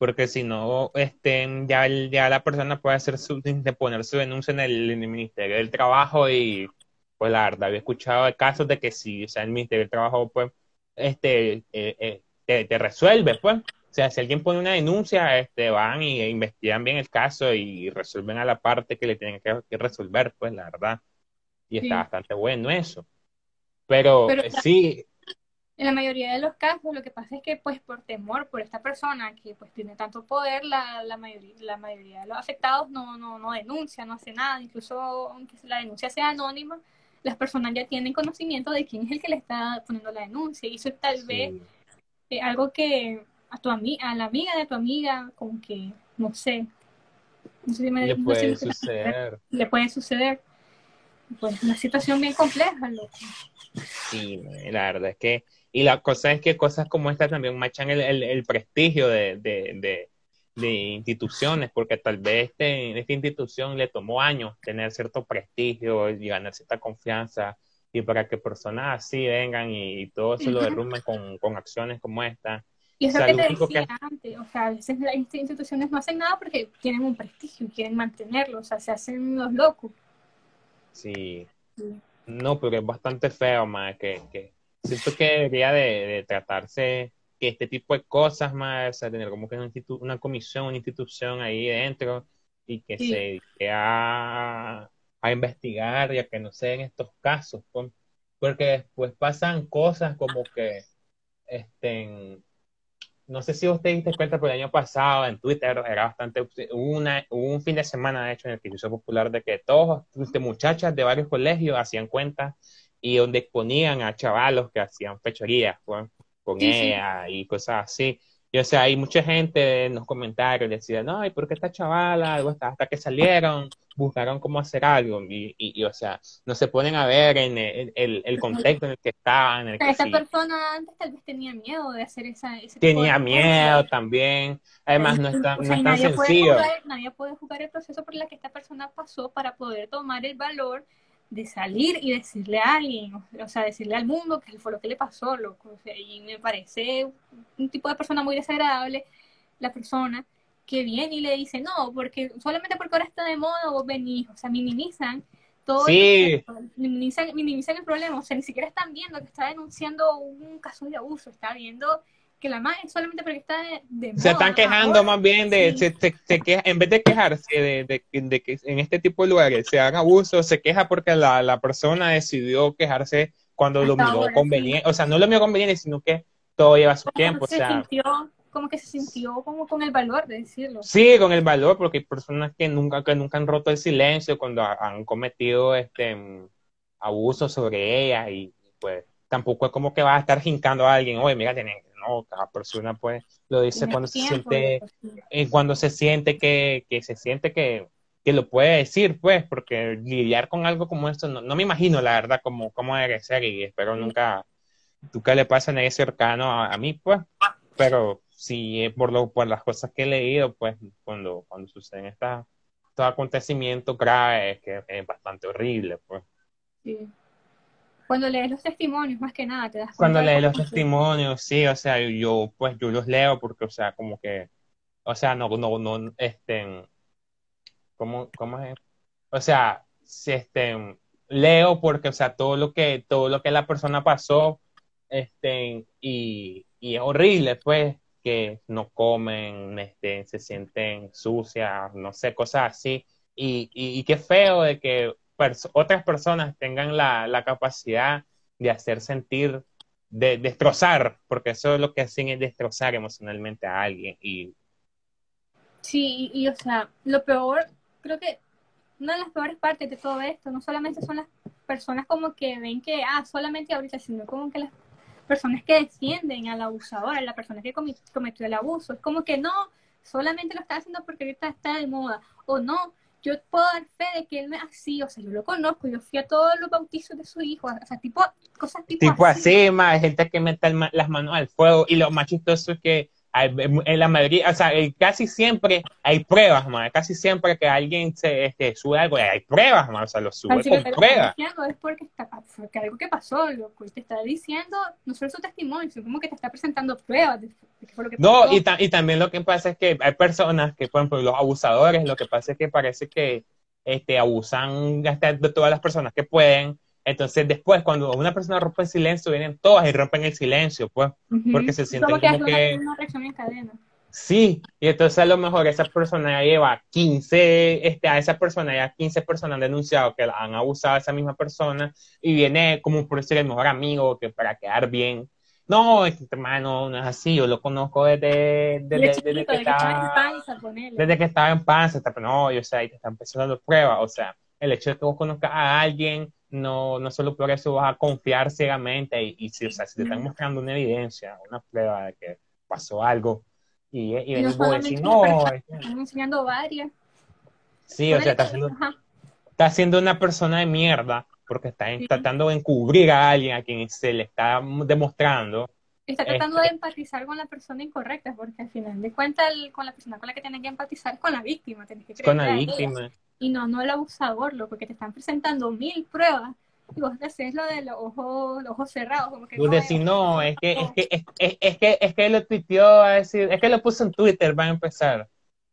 porque si no, este, ya, el- ya la persona puede hacer su, de poner su denuncia en el, en el Ministerio del Trabajo y, pues la verdad, había escuchado de casos de que sí, o sea, el Ministerio del Trabajo, pues, este, eh, eh, te, te resuelve, pues. O sea, si alguien pone una denuncia, este, van y investigan bien el caso y resuelven a la parte que le tienen que, que resolver, pues, la verdad. Y está Sí. bastante bueno eso. Pero Pero eh, sí, en la mayoría de los casos, lo que pasa es que, pues, por temor, por esta persona que, pues, tiene tanto poder, la, la, mayoría, la mayoría de los afectados no, no, no denuncia, no hace nada. Incluso, aunque la denuncia sea anónima, las personas ya tienen conocimiento de quién es el que le está poniendo la denuncia. Y eso tal vez sí, es algo que a tu ami a la amiga de tu amiga, como que, no sé, no sé si me, le no sé si me puede estoy dando a entender, suceder. le puede suceder. Pues una situación bien compleja, loco. Sí, la verdad es que, y la cosa es que cosas como esta también machan el, el, el prestigio de, de, de, de instituciones, porque tal vez este, esta institución le tomó años tener cierto prestigio y ganar cierta confianza, y para que personas así vengan y, y todo eso lo Uh-huh. derrumben con, con acciones como esta. Y O es lo sea, que lo te único que decía antes, o sea, a veces las instituciones no hacen nada porque tienen un prestigio y quieren mantenerlo, o sea, se hacen los locos. sí, Sí. no, pero es bastante feo, más que, que siento que debería de, de tratarse que este tipo de cosas más, o sea, tener como que una, institu- una comisión, una institución ahí dentro y que se Sí. dedique a, a investigar y a que no se den estos casos, pues, porque después pasan cosas como que, este, no sé si usted diste cuenta, pero el año pasado en Twitter era bastante, hubo, una, hubo un fin de semana, de hecho, en el que se hizo popular de que todos, de muchachas de varios colegios hacían cuentas y donde exponían a chavalos que hacían fechorías pues, con Sí, sí. ella y cosas así. Y o sea, hay mucha gente en los comentarios decía, no, ¿y por qué esta chavala? Algo hasta, hasta que salieron, buscaron cómo hacer algo. Y, y, y, o sea, no se ponen a ver en el, el, el contexto en el que estaban, en el que Esta sí persona antes tal vez tenía miedo de hacer esa, ese tipo de tenía denuncias. miedo también. Además, no es tan, O no sea, es y tan nadie puede sencillo. jugar, nadie puede jugar el proceso por el que esta persona pasó para poder tomar el valor de salir y decirle a alguien, o sea, decirle al mundo que fue lo que le pasó, loco. O sea, y me parece un tipo de persona muy desagradable la persona que viene y le dice, no, porque solamente porque ahora está de moda vos venís, o sea, minimizan todo el proceso, Sí, minimizan, minimizan el problema, o sea, ni siquiera están viendo que está denunciando un caso de abuso, está viendo que la madre solamente porque está de, de se están moda quejando ahora, más bien de, sí, se, se, se queja, en vez de quejarse de, de, de que en este tipo de lugares se hagan abusos, se queja porque la, la persona decidió quejarse cuando lo hasta miró ahora, sí, conveniente, o sea, no lo miró conveniente, sino que todo lleva su como tiempo, o se sea, sintió, como que se sintió como con el valor de decirlo. sí, con el valor, porque hay personas que nunca, que nunca han roto el silencio cuando ha- han cometido este mm, abusos sobre ellas y pues tampoco es como que va a estar jincando a alguien, oye, mira, tienen, no, cada persona pues lo dice Tiene cuando su se tiempo, siente, loco, sí. eh, cuando se siente que, que se siente que, que lo puede decir, pues, porque lidiar con algo como esto, no, no me imagino la verdad cómo, cómo debe ser y espero Sí. nunca, nunca le pase a nadie cercano a, a mí, pues. Pero sí, eh, por, lo, por las cosas que he leído, pues cuando, cuando suceden estas, estos acontecimientos graves, que es bastante horrible, pues. Sí. Cuando lees los testimonios, más que nada, te das Cuando cuenta de lees cómo los que, testimonios, sí, o sea, yo, pues yo los leo porque, o sea, como que, o sea, no, no, no, este, ¿cómo, cómo es? O sea, si este, leo porque, o sea, todo lo que, todo lo que la persona pasó, este, y, y es horrible, pues, que no comen, este, se sienten sucias, no sé, cosas así. Y, y, y qué feo de que pers- otras personas tengan la, la capacidad de hacer sentir, de destrozar, porque eso es lo que hacen es destrozar emocionalmente a alguien. Y sí, y, y, o sea, lo peor, creo que una de las peores partes de todo esto, no solamente son las personas como que ven que, ah, solamente ahorita, sino como que las personas que defienden al abusador, a la persona que comi- cometió el abuso, es como que no, solamente lo está haciendo porque ahorita está de moda, o no, yo puedo dar fe de que él no es así, o sea, yo lo conozco, yo fui a todos los bautizos de su hijo, o sea, tipo, cosas tipo tipo así. así, más gente que mete el ma- las manos al fuego. Y lo más chistoso es que hay- en la mayoría, o sea, eh, casi siempre hay pruebas, man, casi siempre que alguien se este, sube algo, hay pruebas, man, o sea, lo Al sube si lo con que te están pruebas. diciendo es porque, está, porque algo que pasó, loco, y te está diciendo no solo su testimonio, sino como que te está presentando pruebas de, de qué fue lo que No, y, pasó. ta- y también lo que pasa es que hay personas que, por ejemplo, los abusadores, lo que pasa es que parece que este, abusan hasta de todas las personas que pueden. Entonces, después, cuando una persona rompe el silencio, vienen todas y rompen el silencio, pues, porque Ujú. se Como sienten que es como una, que una reacción en cadena. sí. Y entonces a lo mejor esa persona ya lleva quince este, a esa persona ya quince personas han denunciado que la han abusado a esa misma persona y viene como por ser el mejor amigo que para quedar bien. No, este hermano no es así, yo lo conozco desde, Y de desde, desde chiquito, que de que estaba en estaba, panza, ponele. desde que estaba en panza, hasta- no, yo sé, y te están empezando las pruebas, o sea, el hecho de que vos conozcas a alguien, no, no solo por eso vas a confiar ciegamente y, y si, o sea, si te están Mm. mostrando una evidencia, una prueba de que pasó algo, y, y Y no venís vos a decir, solamente una no, persona, es que- están enseñando varias. sí, o sea, Ponele está que, siendo, ajá, está siendo una persona de mierda porque está en- sí. tratando de encubrir a alguien a quien se le está demostrando, Está tratando de este, empatizar con la persona incorrecta, porque al final de cuentas, el- con la persona con la que tienes que empatizar es con la víctima, tienes que con la creerle a ella. víctima. Y no, no el abusador, loco, que te están presentando mil pruebas. Y vos te haces lo de los ojos, los ojos cerrados, como que Vos no, eh, decís, no, no es que, es pasó. que, es, es, es que, es que lo tuiteó, a decir, es que lo puso en Twitter, va a empezar.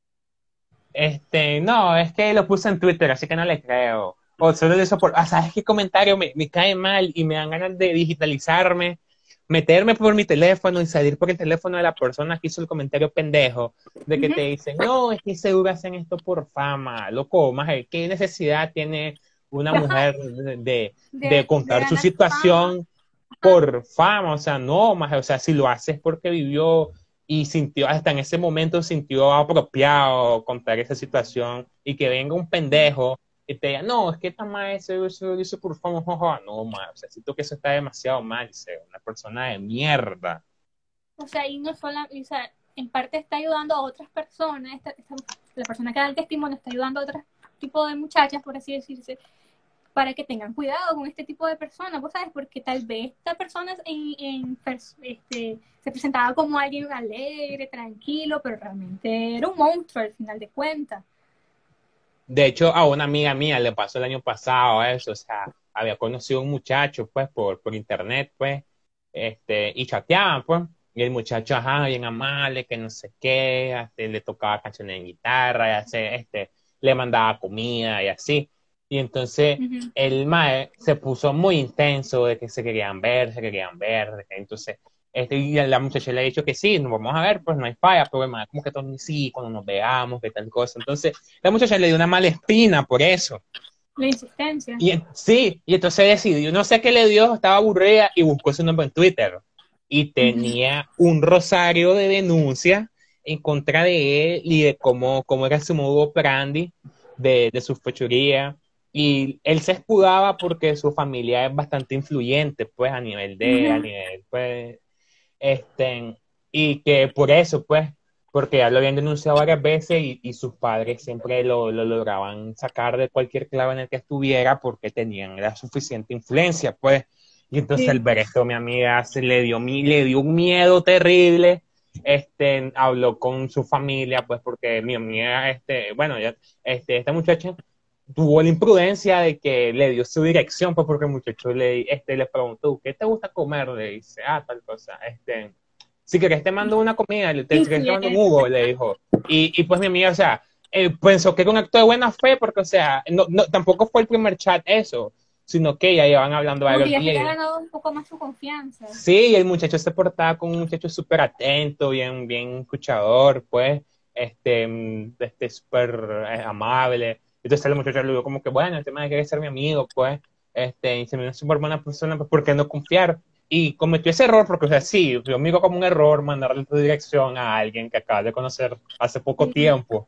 Este, no, es que lo puse en Twitter, así que no le creo. O solo de eso por, ah, ¿sabes qué comentario me, me cae mal y me dan ganas de digitalizarme, meterme por mi teléfono y salir por el teléfono de la persona que hizo el comentario pendejo, de que Ujú. te dicen, no, es que seguro hacen esto por fama, loco, más ¿qué necesidad tiene una Ajá, mujer de, de, de de, de contar su ganar fama. situación Ajá. por fama? O sea, no, más, o sea, si lo haces porque vivió y sintió, hasta en ese momento sintió apropiado contar esa situación y que venga un pendejo y te diga, no, es que esta madre eso, eso lo hizo por fama, jojo. No, más, o sea, siento que eso está demasiado mal, dice, una persona de mierda. O sea, y no solo, o sea, en parte está ayudando a otras personas, esta, esta, la persona que da el testimonio está ayudando a otro tipo de muchachas, por así decirse, para que tengan cuidado con este tipo de personas, ¿vos sabes? Porque tal vez esta persona en, en, este, se presentaba como alguien alegre, tranquilo, pero realmente era un monstruo al final de cuentas. De hecho, a una amiga mía le pasó el año pasado eso, o sea, había conocido a un muchacho, pues, por, por internet, pues, este, y chateaban, pues, y el muchacho, ajá, bien amable, que no sé qué, este, le tocaba canciones en guitarra, y así, este, le mandaba comida y así. Y entonces, Uh-huh. el mae se puso muy intenso de que se querían ver, se querían ver, de que entonces este, y la muchacha le ha dicho que sí, nos vamos a ver, pues no hay falla, pero el mae como que todo, sí, cuando nos veamos, que tal cosa. Entonces, la muchacha le dio una mala espina por eso. La insistencia. Y en- sí, y entonces decidió, no sé qué le dio, estaba aburrida y buscó su nombre en Twitter. Y Uh-huh. tenía un rosario de denuncias en contra de él y de cómo, cómo era su modo operandi, de, de su fechoría. Y él se escudaba porque su familia es bastante influyente, pues, a nivel de, a Uh-huh. nivel, pues, este, y que por eso, pues, porque ya lo habían denunciado varias veces y, y sus padres siempre lo, lo lograban sacar de cualquier clavo en el que estuviera porque tenían la suficiente influencia, pues. Y entonces al Sí. ver esto, mi amiga se le dio, mi- le dio un miedo terrible. Este, habló con su familia, pues, porque mi amiga, este, bueno, ya, este, esta muchacha tuvo la imprudencia de que le dio su dirección, pues porque el muchacho le, este, le preguntó, ¿qué te gusta comer? Le dice, ah, tal cosa, este, si querés te mando una comida, le te, si querés te mando un Influencia. Hugo, le dijo. Y, y pues mi amiga, o sea, eh, pensó que era un acto de buena fe, porque, o sea, no, no, tampoco fue el primer chat eso, sino que ya llevan hablando Como que varios ya se había días. ganado un poco más su confianza. Sí, y el muchacho se portaba como un muchacho súper atento, bien, bien escuchador, pues, este, mm, este súper eh, amable. Entonces el muchacho le dijo como que, bueno, este man quiere ser mi amigo, pues, este, y se me una súper buena persona, pues, ¿por qué no confiar? Y cometió ese error, porque, o sea, sí, yo miro como un error mandarle tu dirección a alguien que acabas de conocer hace poco Sí. tiempo.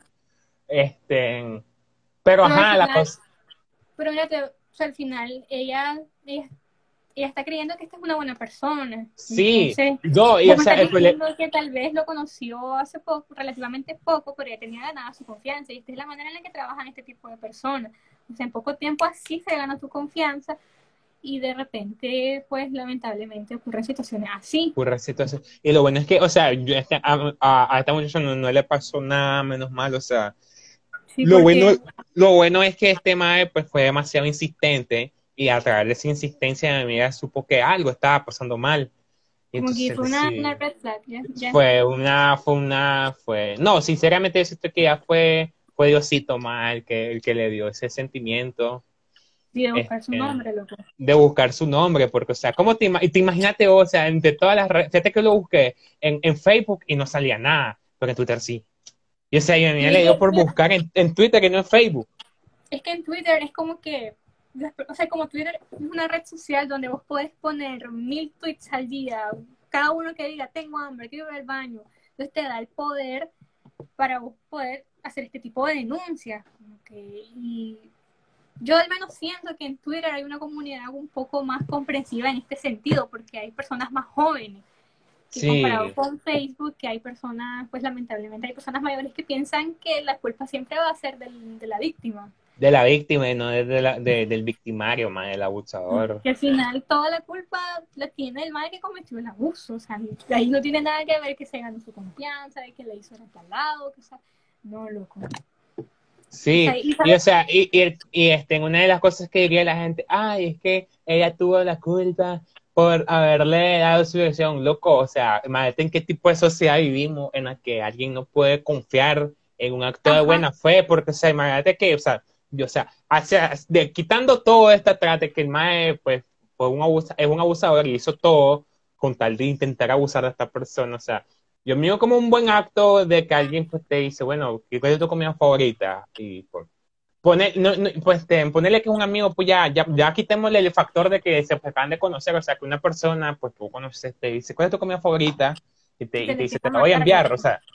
Este, pero Pero al ajá, la final, cosa, pero mírate, o sea, al final, ella, ella ella está creyendo que esta es una buena persona. sí, Entonces, no, y vos o me sea, estás el problema, diciendo que tal vez lo conoció hace poco, relativamente poco, pero ya tenía ganada su confianza. Y esta es la manera en la que trabajan este tipo de personas. O sea, en poco tiempo así se gana tu confianza y de repente, pues lamentablemente ocurren situaciones así. Pura situación. Y lo bueno es que, o sea, yo, este- a, a, a esta muchacha no, no le pasó nada menos mal, o sea, Sí, lo bueno, porque lo bueno es que este mae pues fue demasiado insistente y a través de esa insistencia mi amiga supo que algo estaba pasando mal. Y como que fue entonces una, una sí, red flag, ya, ya, fue una, fue una, fue, no, sinceramente yo siento que ya fue, fue Diosito más el que, el que le dio ese sentimiento. y de buscar su Este, nombre, loco. de buscar su nombre, porque, o sea, ¿cómo te, ima- te imagínate, o sea, entre todas las redes, fíjate que lo busqué en, en Facebook y no salía nada, pero en Twitter sí. Y o sea, y a mí Y le es dio que, por mira, buscar en, en Twitter que no en Facebook. es que en Twitter es como que, o sea, como Twitter es una red social donde vos podés poner mil tweets al día, cada uno que diga, tengo hambre, quiero ir al baño. Entonces te da el poder para vos poder hacer este tipo de denuncias. Como que, y yo al menos siento que en Twitter hay una comunidad un poco más comprensiva en este sentido, porque hay personas más jóvenes que comparado Sí, con Facebook, que hay personas, pues lamentablemente hay personas mayores que piensan que la culpa siempre va a ser del, de la víctima. de la víctima y no de, de la, de- del victimario, más del abusador. Que al final toda la culpa la tiene el madre que cometió el abuso. O sea, ahí no tiene nada que ver que se ganó su confianza, de que le hizo el lado, que o sea, no, loco. O sea, Sí, y y o sabes, sea, y, y, y, este, una de las cosas que diría la gente, ay, es que ella tuvo la culpa por haberle dado su versión, loco, o sea, imagínate en qué tipo de sociedad vivimos en la que alguien no puede confiar en un acto de ajá, buena fe, porque, o sea, imagínate que, o sea, yo, o sea, hacia, de, quitando todo esta trate que el mae, pues, fue un abusa, es un abusador y hizo todo con tal de intentar abusar de esta persona, o sea, yo miro como un buen acto de que alguien pues te dice, bueno, ¿qué es tu comida favorita? Y pues, pone, no, no, pues te, ponerle que es un amigo, pues ya, ya, ya quitémosle el factor de que se acaban de conocer, o sea, que una persona, pues tú conoces, te dice, ¿cuál es tu comida favorita? Y te, y y te te le dice, empieza te a la voy a mandar, enviar, o loco. sea,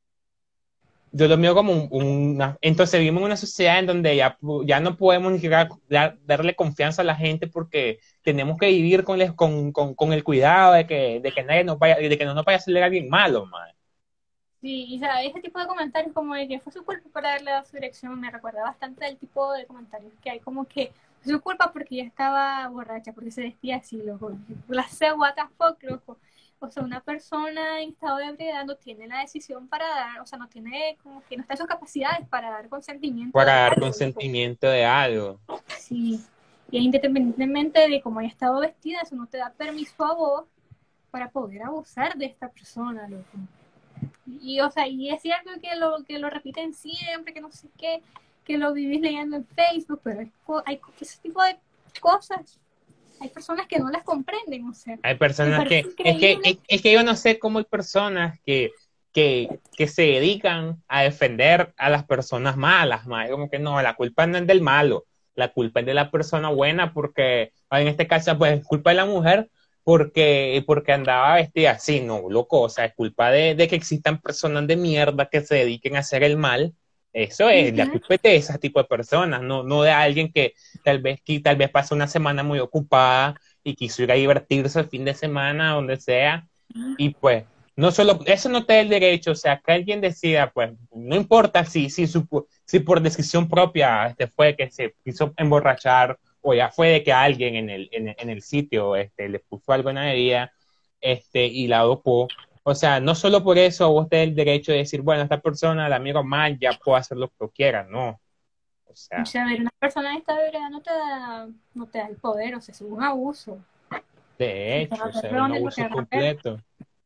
yo lo miro como un, una... Entonces vivimos en una sociedad en donde ya, ya no podemos ni siquiera dar- darle confianza a la gente porque tenemos que vivir con, les- con, con, con el cuidado de que, de que nadie nos vaya, de que no nos vaya a salir alguien malo, man. Sí, y sabes, ese tipo de comentarios como de que fue su culpa por darle a su dirección me recuerda bastante del tipo de comentarios que hay como que fue su culpa porque ya estaba borracha, porque se vestía así, loco. La sé, what the fuck, loco. O sea, una persona en estado de ebriedad no tiene la decisión para dar, o sea, no tiene como que no está en sus capacidades para dar consentimiento Para de dar algo, loco. consentimiento de algo. Sí. Y independientemente de cómo haya estado vestida, eso no te da permiso a vos para poder abusar de esta persona, loco. Y, o sea, y es cierto que lo, que lo repiten siempre, que no sé qué, que lo vivís leyendo en Facebook, pero hay, hay ese tipo de cosas, hay personas que no las comprenden, o sea, Hay me personas parece que, es que, increíble. es, es que yo no sé cómo hay personas que, que, que se dedican a defender a las personas malas, más como que no, la culpa no es del malo, la culpa es de la persona buena porque, en este caso, pues es culpa de la mujer porque, porque andaba vestida así, no, loco, o sea, es culpa de, de que existan personas de mierda que se dediquen a hacer el mal. Eso es, la Ujú. culpa es de ese tipo de personas, no, no de alguien que tal vez, que tal vez pasa una semana muy ocupada y quiso ir a divertirse el fin de semana, donde sea, y pues, no solo, eso no te da el derecho, o sea, que alguien decida, pues, no importa si, si, su, si por decisión propia este, fue que se quiso emborrachar, o ya fue de que alguien en el, en, en el sitio este, le puso algo en la bebida este, y la dopó. O sea, no solo por eso vos tenés el derecho de decir, bueno, esta persona la miro mal, ya puedo hacer lo que quiera, no. O O sea, sea, a ver, una persona de esta verdad no te da, no te da el poder, o sea, es un abuso. de Y te hecho, va o a ver sea, un dónde lo abuso querrás ver. completo.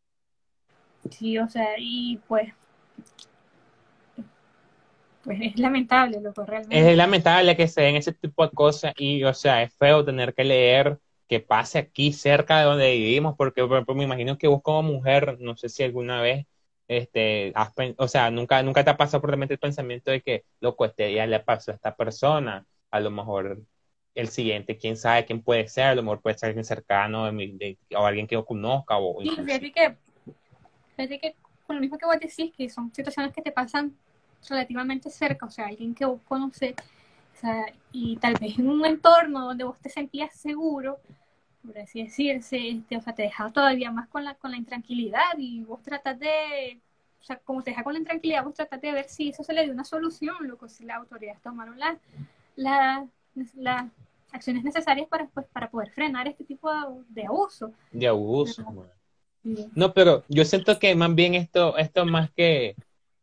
Sí, o sea, y pues, pues es lamentable, loco, Es realmente. lamentable que se den ese tipo de cosas y, o sea, es feo tener que leer que pase aquí cerca de donde vivimos, porque por ejemplo, me imagino que vos como mujer, no sé si alguna vez, este, has pen- o sea, nunca, nunca te ha pasado por la mente el pensamiento de que, loco, este día le pasó a esta persona, a lo mejor el siguiente, quién sabe quién puede ser, a lo mejor puede ser alguien cercano de mi- de- o alguien que yo conozca o Sí, inclusive. fíjate que, fíjate que con lo mismo que vos decís, que son situaciones que te pasan relativamente cerca, o sea, alguien que vos conoces, o sea, y tal vez en un entorno donde vos te sentías seguro, por así decirse, este, o sea, te deja todavía más con la, con la intranquilidad y vos tratás de, o sea, como te deja con la intranquilidad, vos tratás de ver si eso se le dio una solución, loco, si las autoridades tomaron la, la, la acciones necesarias para, pues, para poder frenar este tipo de, de abuso. De abuso, Pero, man. sí. No, pero yo siento que más bien esto, esto más que,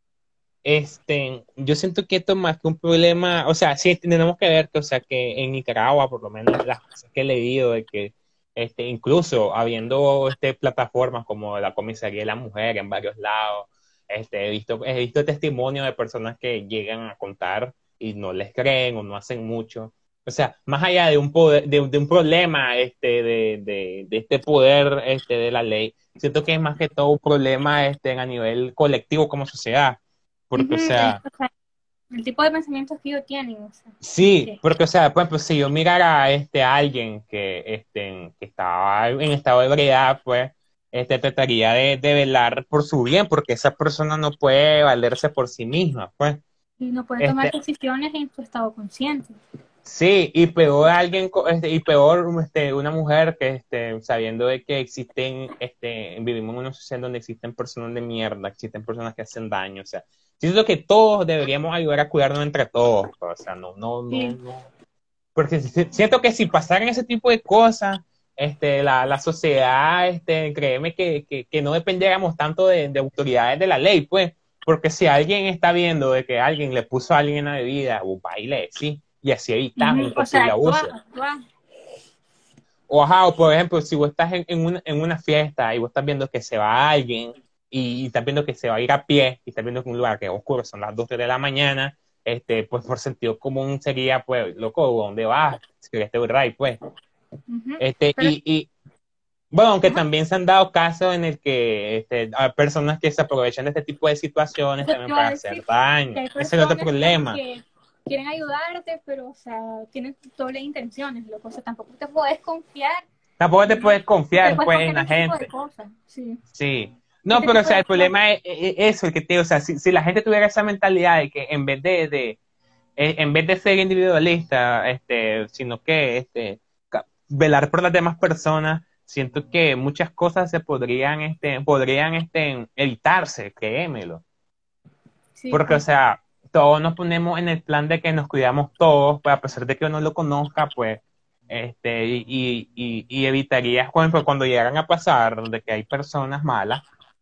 este, yo siento que esto más que un problema, o sea, sí tenemos que ver que, o sea, que en Nicaragua, por lo menos las cosas que he leído, de que, este, incluso habiendo, este, plataformas como la Comisaría de la Mujer en varios lados, este, he visto, he visto testimonios de personas que llegan a contar y no les creen o no hacen mucho. O sea, más allá de un poder, de, de un problema, este, de, de, de este poder, este, de la ley, siento que es más que todo un problema, este, a nivel colectivo como sociedad. Porque, o Ujú, el, sea, o sea, el tipo de pensamientos que ellos tienen, o sea, como sí, que, porque, o sea, por ejemplo, si yo mirara a este, a alguien que, este, que estaba en estado de ebriedad, pues, este, trataría de, de velar por su bien, porque esa persona no puede valerse por sí misma, pues. y no puede tomar Este, decisiones en su estado consciente. sí, y peor alguien, co- este, y peor, este, una mujer que, este, sabiendo de que existen, este, vivimos en una sociedad donde existen personas de mierda, existen personas que hacen daño, o sea, siento que todos deberíamos ayudar a cuidarnos entre todos, o sea, no, no, no, Sí. no. Porque si- siento que si pasaran ese tipo de cosas, este, la, la sociedad, este, créeme que, que, que no dependiéramos tanto de, de autoridades de la ley, pues, porque si alguien está viendo de que alguien le puso a alguien en la bebida, o baile, sí, y así evitas Ujú, un o sea, posible actúa, abuso. actúa. O, ajá, o por ejemplo, si vos estás en, en, una, en una fiesta y vos estás viendo que se va alguien y, y estás viendo que se va a ir a pie y estás viendo que un lugar que es oscuro, son las dos de la mañana, este, pues por sentido común sería, pues, loco, ¿dónde vas? Si querés te voy right, pues. Ujú. Este, Pero, y, y bueno, aunque ajá, también se han dado casos en el que este, hay personas que se aprovechan de este tipo de situaciones eso te también iba para a hacer decir que daño. hay Ese es el otro personas como problema. que quieren ayudarte, pero, o sea, tienen doble intenciones, loco. O sea, tampoco te puedes confiar Tampoco te de, puedes te confiar, puedes pues, en confiar en la este tipo de gente. cosas, sí. Sí. No, Este pero o tipo de sea, el cosas. problema es, es- es eso, el que te, o sea, si, si la gente tuviera esa mentalidad de que en vez de, de eh, en vez de ser individualista, este, sino que este, ca- velar por las demás personas, siento que muchas cosas se podrían, este, podrían, este, evitarse, créemelo. Sí, Porque, o pues. sea, todos nos ponemos en el plan de que nos cuidamos todos, pues a pesar de que uno lo conozca, pues, este, y, y, y, y evitarías, por ejemplo, cuando llegaran a pasar de que hay personas malas,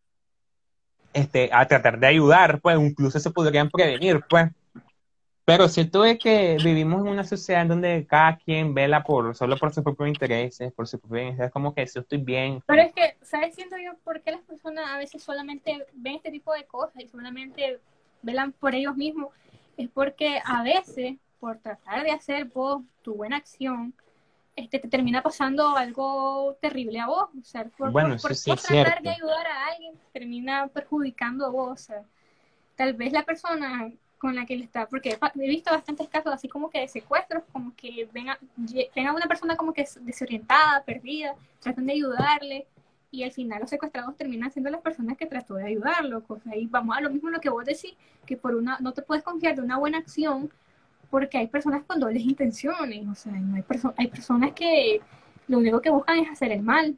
este, a tratar de ayudar, pues, incluso se podrían prevenir, pues. Pero siento de que vivimos en una sociedad en donde cada quien vela por, solo por sus propios intereses, por su propio interés, como que si yo estoy bien, Pero pues, es que, ¿sabes? Siento yo por qué las personas a veces solamente ven este tipo de cosas y solamente velan por ellos mismos. Es porque a veces, por tratar de hacer vos tu buena acción, este, te termina pasando algo terrible a vos. O sea, por, bueno, por, eso por sí vos es tratar de cierto. ayudar a alguien, termina perjudicando a vos. O sea, tal vez la persona con la que él está, porque he visto bastantes casos así como que de secuestros, como que ven a, ven a una persona como que desorientada, perdida, tratan de ayudarle y al final los secuestrados terminan siendo las personas que trató de ayudarlo. O sea, y vamos a lo mismo lo que vos decís, que por una no te puedes confiar de una buena acción porque hay personas con dobles intenciones, o sea, no hay, perso hay personas que lo único que buscan es hacer el mal.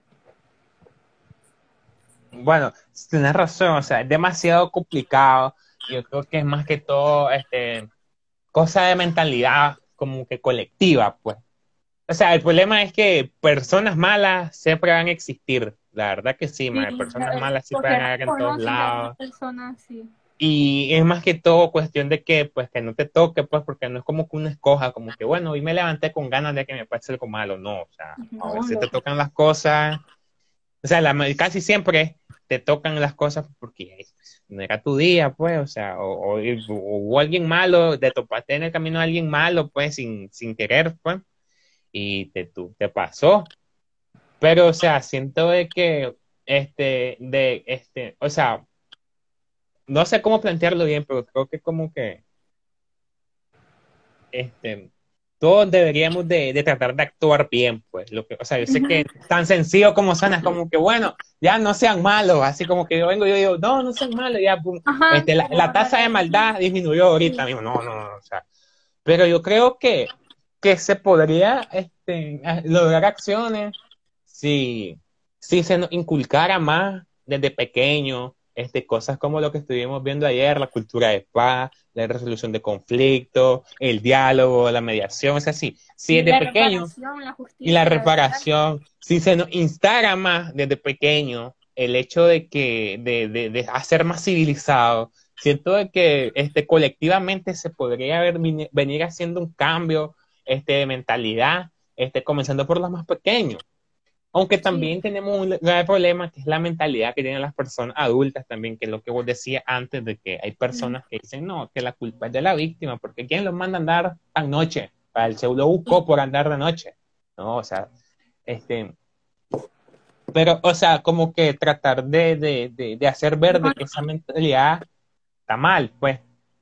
Bueno, tienes razón, o sea, es demasiado complicado. Yo creo que es más que todo, este, cosa de mentalidad como que colectiva, pues. O sea, el problema es que personas malas siempre van a existir. La verdad que sí, Sí, man, personas la, malas siempre van porque a haber en todos conocen de las demás lados. personas, sí. Y es más que todo cuestión de que, pues, que no te toque, pues, porque no es como que uno escoja, como que, bueno, hoy me levanté con ganas de que me pase algo malo. No, o sea, a No, veces te loco. tocan las cosas, o sea, la, casi siempre te tocan las cosas porque pues, no era tu día, pues, o sea, o, o, o hubo alguien malo, te topaste en el camino a alguien malo, pues, sin, sin querer, pues, y te, tú, te pasó. Pero, o sea, siento de que, este, de, este, o sea, no sé cómo plantearlo bien, pero creo que como que, este, todos deberíamos de, de tratar de actuar bien, pues, lo que, o sea, yo sé que tan sencillo como suena, es como que, bueno, ya no sean malos, así como que yo vengo y yo digo, no, no sean malos, ya, pum, Ajá, este, la, como la la tasa de ley. maldad disminuyó ahorita Sí. mismo, no, no, no, o sea, pero yo creo que, que se podría, este, a- lograr acciones si, si se nos inculcara más desde pequeño, este, cosas como lo que estuvimos viendo ayer, la cultura de paz, la resolución de conflictos, el diálogo, la mediación, es así. Si Y desde la pequeño reparación, la y la justicia, la verdad. reparación, si se nos instala más desde pequeño el hecho de que de, de, de hacer más civilizado, siento de que este, colectivamente se podría ver, venir haciendo un cambio este, de mentalidad, este, comenzando por los más pequeños. Aunque Sí. también tenemos un grave problema que es la mentalidad que tienen las personas adultas también, que es lo que vos decías antes de que hay Mm. personas que dicen, no, que la culpa es de la víctima, porque ¿quién los manda a andar tan noche? Para el se lo buscó por andar de noche. No, o sea, este, pero, o sea, como que tratar de, de, de, de hacer ver de No, que esa mentalidad está mal, pues,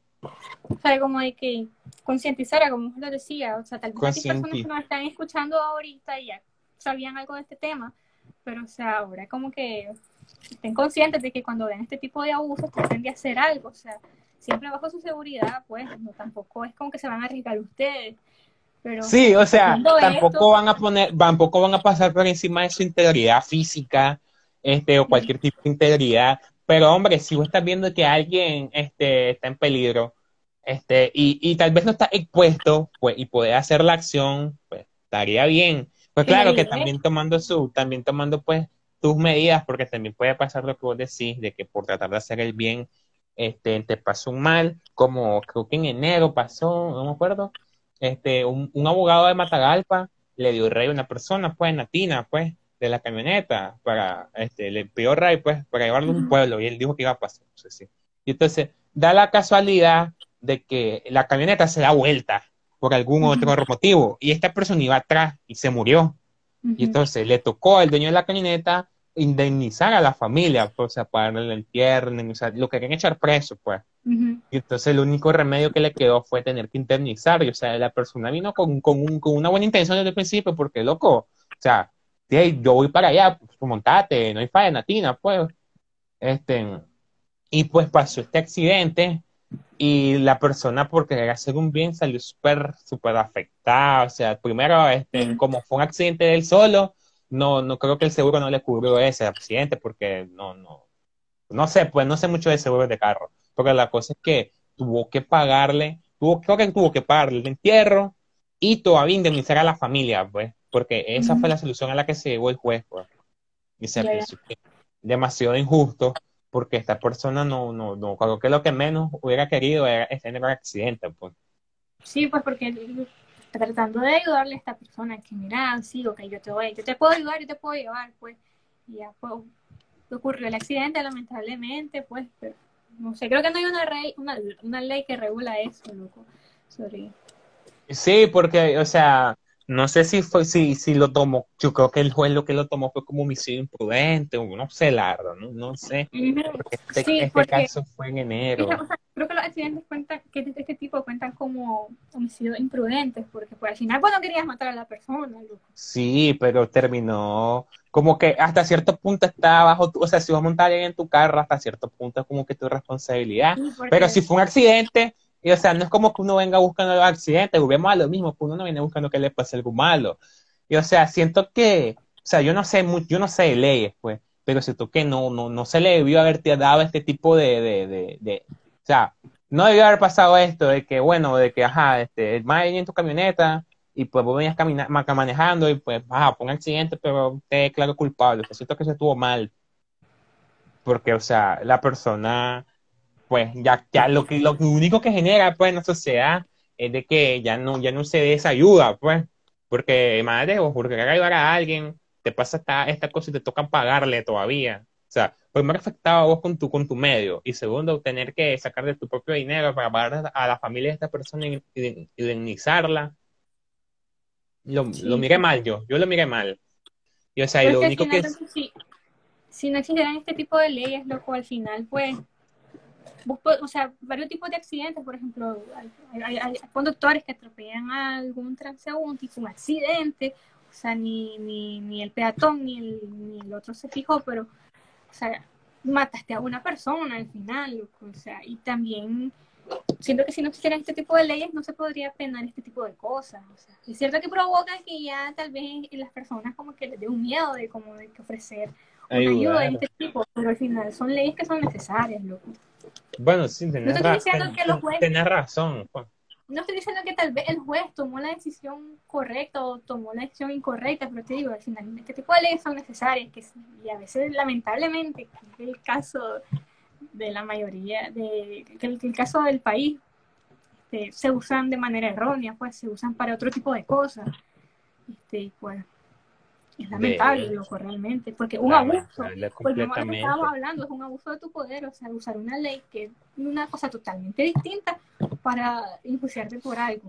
o sea, como hay que concientizar, como usted lo decía, o sea, tal vez hay personas que consciente. nos están escuchando ahorita y ya sabían algo de este tema, pero o sea, ahora como que estén conscientes de que cuando ven este tipo de abusos traten de hacer algo, o sea, siempre bajo su seguridad, pues, no tampoco es como que se van a arriesgar ustedes, pero o sea, Sí, si o estás sea, viendo tampoco esto, van a poner, tampoco van a pasar por encima de su integridad física, este, o cualquier tipo de integridad. Pero hombre, si vos estás viendo que alguien, este, está en peligro, este, y, y tal vez no está expuesto, pues, y puede hacer la acción, pues, estaría bien. Pues que le claro que ayude. también tomando su, también tomando, pues, tus medidas, porque también puede pasar lo que vos decís, de que por tratar de hacer el bien, este, te pasó un mal, como creo que en enero pasó, no me acuerdo este, un, un abogado de Matagalpa le dio rey a una persona, pues, natina, pues, de la camioneta, para, este, le pidió rey, pues, para llevarlo a un Ujú, pueblo, y él dijo que iba a pasar, no sé si. Y entonces, da la casualidad de que la camioneta se da vuelta por algún ujú, otro motivo, y esta persona iba atrás y se murió. Y ujú. entonces le tocó al dueño de la camioneta indemnizar a la familia, pues, o sea, pagarle el entierro, indemnizar, lo querían echar preso, pues. Ujú. Y entonces el único remedio que le quedó fue tener que indemnizar. Y, o sea, la persona vino con, con, un- con una buena intención desde el principio, porque loco, o sea, "Hey, yo voy para allá, pues montate, no hay falla natina, pues. Este, y pues pasó este accidente y la persona por querer hacer un bien salió súper, súper afectada. O sea, primero, este, Sí. como fue un accidente de él solo, no, no creo que el seguro no le cubrió ese accidente porque no, no, no sé, pues no sé mucho de seguros de carro, porque la cosa es que tuvo que pagarle, tuvo, creo que tuvo que pagarle el entierro y todavía indemnizar a la familia, pues, porque esa fue Ujú. la solución a la que se llegó el juez, pues, y se Ya, ya. pensó que demasiado injusto, porque esta persona no, no, no, creo que lo que menos hubiera querido era estar en un accidente, pues. Sí, pues porque está tratando de ayudarle a esta persona que mira, sí, ok, yo te voy, yo te puedo ayudar, yo te puedo llevar, pues, y ya pues, ocurrió el accidente, lamentablemente, pues, pero no sé, creo que no hay una, rey, una, una ley que regula eso, loco. Sorry. Sí, porque, o sea, no sé si fue, si, si lo tomó, yo creo que el juez lo que lo tomó fue como homicidio imprudente, o no sé, la verdad, no, no sé, Ujú. porque este, Sí, este porque caso fue en esa- enero. o sea, creo que los accidentes cuentan, que de este tipo cuentan como homicidios imprudentes, porque pues al final vos no querías matar a la persona, loco. Sí, pero terminó como que hasta cierto punto está bajo, tu- o sea, si vas a montar alguien en tu carro, hasta cierto punto es como que tu responsabilidad. Sí, Pero porque si fue un accidente, y, o sea, no es como que uno venga buscando los accidentes, volvemos a lo mismo, que uno no viene buscando que le pase algo malo. Y o sea, siento que, o sea, yo no sé mucho, yo no sé de leyes, pues, pero siento que no, no, no se le debió haberte dado este tipo de, de, de, de- o sea, no debió haber pasado esto de que, bueno, de que, ajá, este, el man venía en tu camioneta y pues vos venías camina- ma- manejando y pues, ajá, fue un accidente, pero te declaro culpable. O sea, siento que se estuvo mal, porque, o sea, la persona, pues, ya, ya lo que, lo único que genera, pues, en la sociedad es de que ya no, ya no se dé esa ayuda, pues, porque, madre, vos por querer ayudar a alguien, te pasa esta, esta cosa y te toca pagarle todavía. O sea, primero afectaba a vos con tu, con tu medio, y segundo, tener que sacar de tu propio dinero para pagar a la familia de esta persona y y indemnizarla. Lo, lo sí, miré mal yo, yo lo miré mal. Y o sea, y pero es lo que al único que final, es, sí, si no existieran este tipo de leyes, loco, al final, pues, vos, o sea, varios tipos de accidentes, por ejemplo, hay, hay, hay conductores que atropellan a algún transeúnte y fue un accidente, o sea, ni, ni, ni el peatón ni el, ni el otro se fijó, pero, o sea, mataste a una persona al final, loco, o sea, y también siento que si no existieran este tipo de leyes no se podría penar este tipo de cosas. O sea, es cierto que provoca que ya tal vez las personas como que les dé un miedo de como de que ofrecer una ayuda de ayudar. este tipo, pero al final son leyes que son necesarias, loco. Bueno, sí, No tenés, estoy ra diciendo ten que los ten jueces, tenés razón, pues. no estoy diciendo que tal vez el juez tomó la decisión correcta o tomó la decisión incorrecta, pero te digo, al final este tipo de leyes son necesarias, que, y a veces lamentablemente, que es el caso de la mayoría, de, que el, que el caso del país, este, se usan de manera errónea, pues se usan para otro tipo de cosas. Este, pues es lamentable, De loco, realmente, porque un abuso, lamentable volvemos a lo que estábamos completamente. hablando, es un abuso de tu poder, o sea, usar una ley que es una cosa totalmente distinta para enjuiciarte por algo.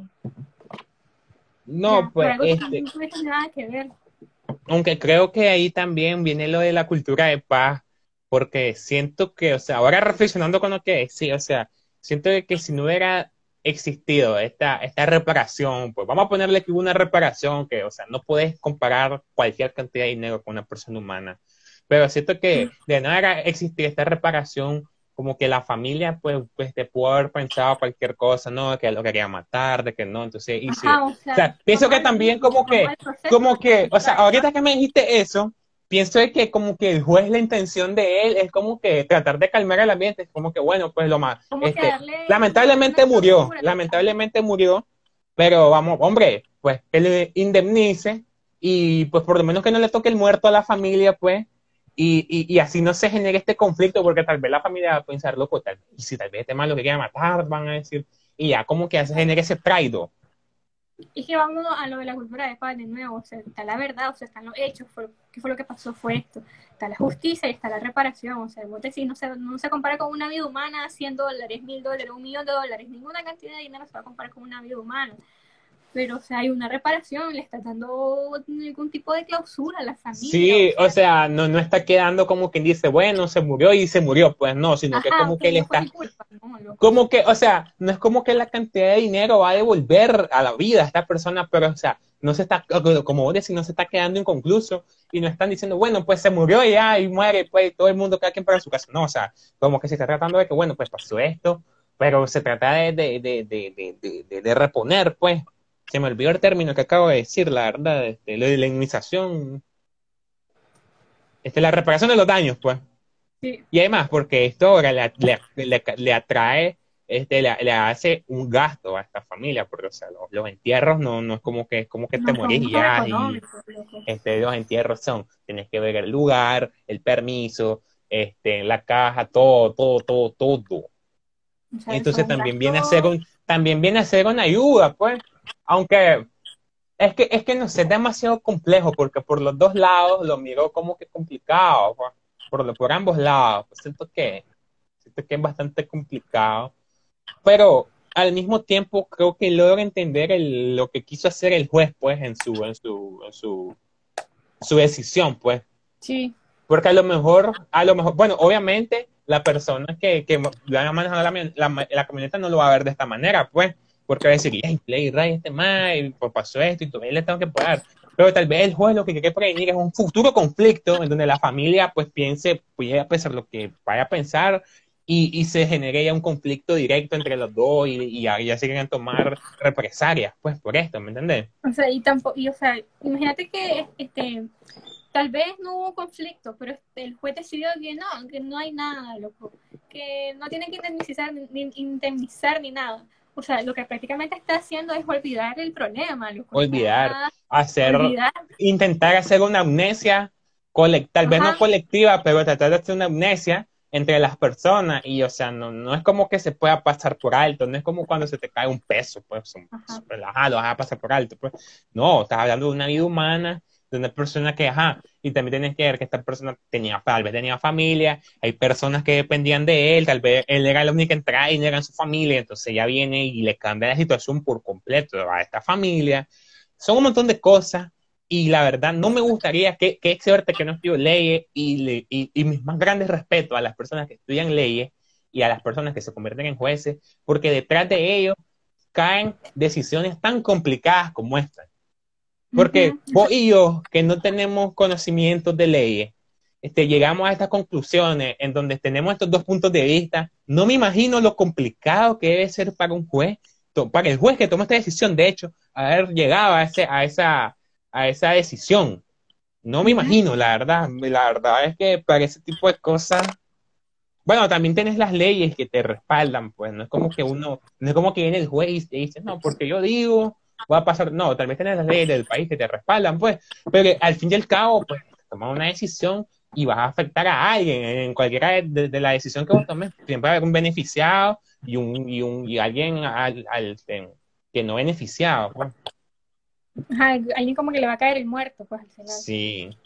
No, Ya, por pues, algo que no este, tienes nada que ver. aunque creo que ahí también viene lo de la cultura de paz, porque siento que, o sea, ahora reflexionando con lo que decía, o sea, siento de que si no hubiera existido esta, esta reparación, pues vamos a ponerle que hubo una reparación que, o sea, no puedes comparar cualquier cantidad de dinero con una persona humana, pero siento que de no haber existido esta reparación, como que la familia, pues, pues te pudo haber pensado cualquier cosa, ¿no? Que lo quería matar, de que no, entonces, y si, o Ajá, o sea, sea, pienso vamos que a lo también mismo, como vamos que al proceso como de la que, o sea, cultura de paz. ahorita que me dijiste eso, pienso de que como que el juez, la intención de él es como que tratar de calmar el ambiente, es como que bueno, pues lo más, Como que este, darle una, una lamentablemente murió, clausura total. lamentablemente murió, pero vamos, hombre, pues que le indemnice y pues por lo menos que no le toque el muerto a la familia, pues, y, y, y así no se genere este conflicto, porque tal vez la familia va a pensar, loco, tal, y si tal vez este malo que quiera matar, van a decir, y ya como que se genere ese traido. Y que vamos a lo de la cultura de paz de nuevo, o sea, está la verdad, o sea, están los hechos, fue, ¿qué fue lo que pasó? Fue esto, está la justicia y está la reparación, o sea, vos decís, no se, no se compara con una vida humana, cien dólares, mil dólares, un millón de dólares, ninguna cantidad de dinero se va a comparar con una vida humana, pero o sea, hay una reparación, le está dando algún tipo de clausura a la familia, o Sí, o sea, sea, no, no está quedando como quien dice, bueno, se murió y se murió, pues no, sino que ajá, como ok, que le no fue está, mi culpa, no, loco. como que, o sea, no es como que la cantidad de dinero va a devolver a la vida a esta persona, pero, o sea, no se está, como vos decís, no se está quedando inconcluso y no están diciendo, bueno, pues se murió y ya, y muere, pues todo el mundo, cada quien para su casa. No, o sea, como que se está tratando de que, bueno, pues pasó esto, pero se trata de, de, de, de, de, de, de- de reponer, pues. Se me olvidó el término que acabo de decir, la verdad, este, lo de la indemnización, este, la reparación de los daños, pues. Sí, Y además, porque esto ahora le, le, le, le atrae, este, le, le, hace un gasto a esta familia, porque o sea, los, los entierros no, no es como que, es como que te no morís son, y son ya, y económicos, loco, este, los entierros son, tienes que ver el lugar, el permiso, este, la caja, todo, todo, todo, todo. o sea, eso es Entonces un también viene a ser gasto, un, también viene a ser una ayuda, pues, aunque es que, es que no sé, es demasiado complejo, porque por los dos lados lo miro como que complicado, pues, por, por ambos lados, pues siento que siento que es bastante complicado, pero al mismo tiempo creo que logra entender el, lo que quiso hacer el juez, pues, en su, en su, en su, su decisión, pues, sí, porque a lo mejor, a lo mejor, bueno, obviamente la persona que, que van a manejar la, la, la camioneta no lo va a ver de esta manera, pues, porque va a decir, hey, Play Ray, este mal, pues pasó esto y todavía le tengo que pagar. Pero tal vez el juez lo que quiere prevenir es un futuro conflicto en donde la familia pues piense, pueda pensar lo que vaya a pensar y, y se genere ya un conflicto directo entre los dos y, y ya, ya se quieran tomar represalias, pues por esto, ¿me entendés? o sea, y tampoco, y o sea, imagínate que este tal vez no hubo conflicto, pero este, el juez decidió que no, que no hay nada, loco, que no tienen que indemnizar ni, indemnizar ni nada. O sea, lo que prácticamente está haciendo es olvidar el problema, loco, Olvidar, está hacer, olvidar, intentar hacer una amnesia, colect, tal vez no ajá, colectiva, pero tratar de hacer una amnesia entre las personas y, o sea, no, no es como que se pueda pasar por alto, no es como cuando se te cae un peso, pues, ajá. relajado, vas a pasar por alto, pues, no, estás hablando de una vida humana, de una persona que, ajá, y también tienes que ver que esta persona tenía, tal vez tenía familia, hay personas que dependían de él, tal vez él era la única entrada y no era en su familia, entonces ya viene y le cambia la situación por completo a esta familia. Son un montón de cosas y la verdad no me gustaría que, que suerte que no estudio leyes y, le, y, y mis más grandes respetos a las personas que estudian leyes y a las personas que se convierten en jueces, porque detrás de ellos caen decisiones tan complicadas como esta. Porque Uh-huh. vos y yo, que no tenemos conocimientos de leyes, este, llegamos a estas conclusiones en donde tenemos estos dos puntos de vista. No me imagino lo complicado que debe ser para un juez, para el juez que toma esta decisión, de hecho, haber llegado a, ese, a, esa, a esa decisión. No me imagino, la verdad. La verdad es que para ese tipo de cosas, bueno, también tienes las leyes que te respaldan, pues no es como que uno, no es como que viene el juez y te dice, no, porque yo digo, va a pasar, no, también tienes las leyes del país que te respaldan, pues, pero al fin y al cabo, pues, tomas una decisión y vas a afectar a alguien, en cualquiera de, de, de la decisión que vos tomes, siempre va a haber un beneficiado y un, y un, y alguien al, al, en, que no beneficiado, pues. Ajá, alguien como que le va a caer el muerto, pues al final. Sí,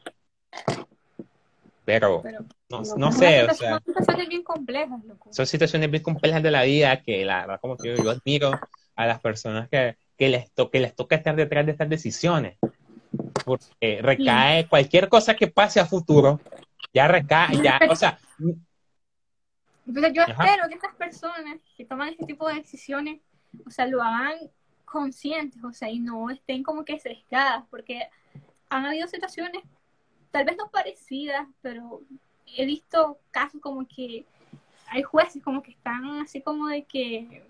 pero, Pero no, no, no pues, es una sé, o situación, sea, son situaciones bien complejas, loco. son situaciones bien complejas de la vida que la verdad, como que yo, yo admiro a las personas que, que les, to, que les toca estar detrás de estas decisiones, porque Sí. recae cualquier cosa que pase a futuro, ya recae, ya, o sea, Entonces yo ajá, espero que estas personas que toman este tipo de decisiones, o sea, lo hagan conscientes, o sea, y no estén como que sesgadas, porque han habido situaciones, tal vez no parecidas, pero he visto casos como que hay jueces como que están así como de que,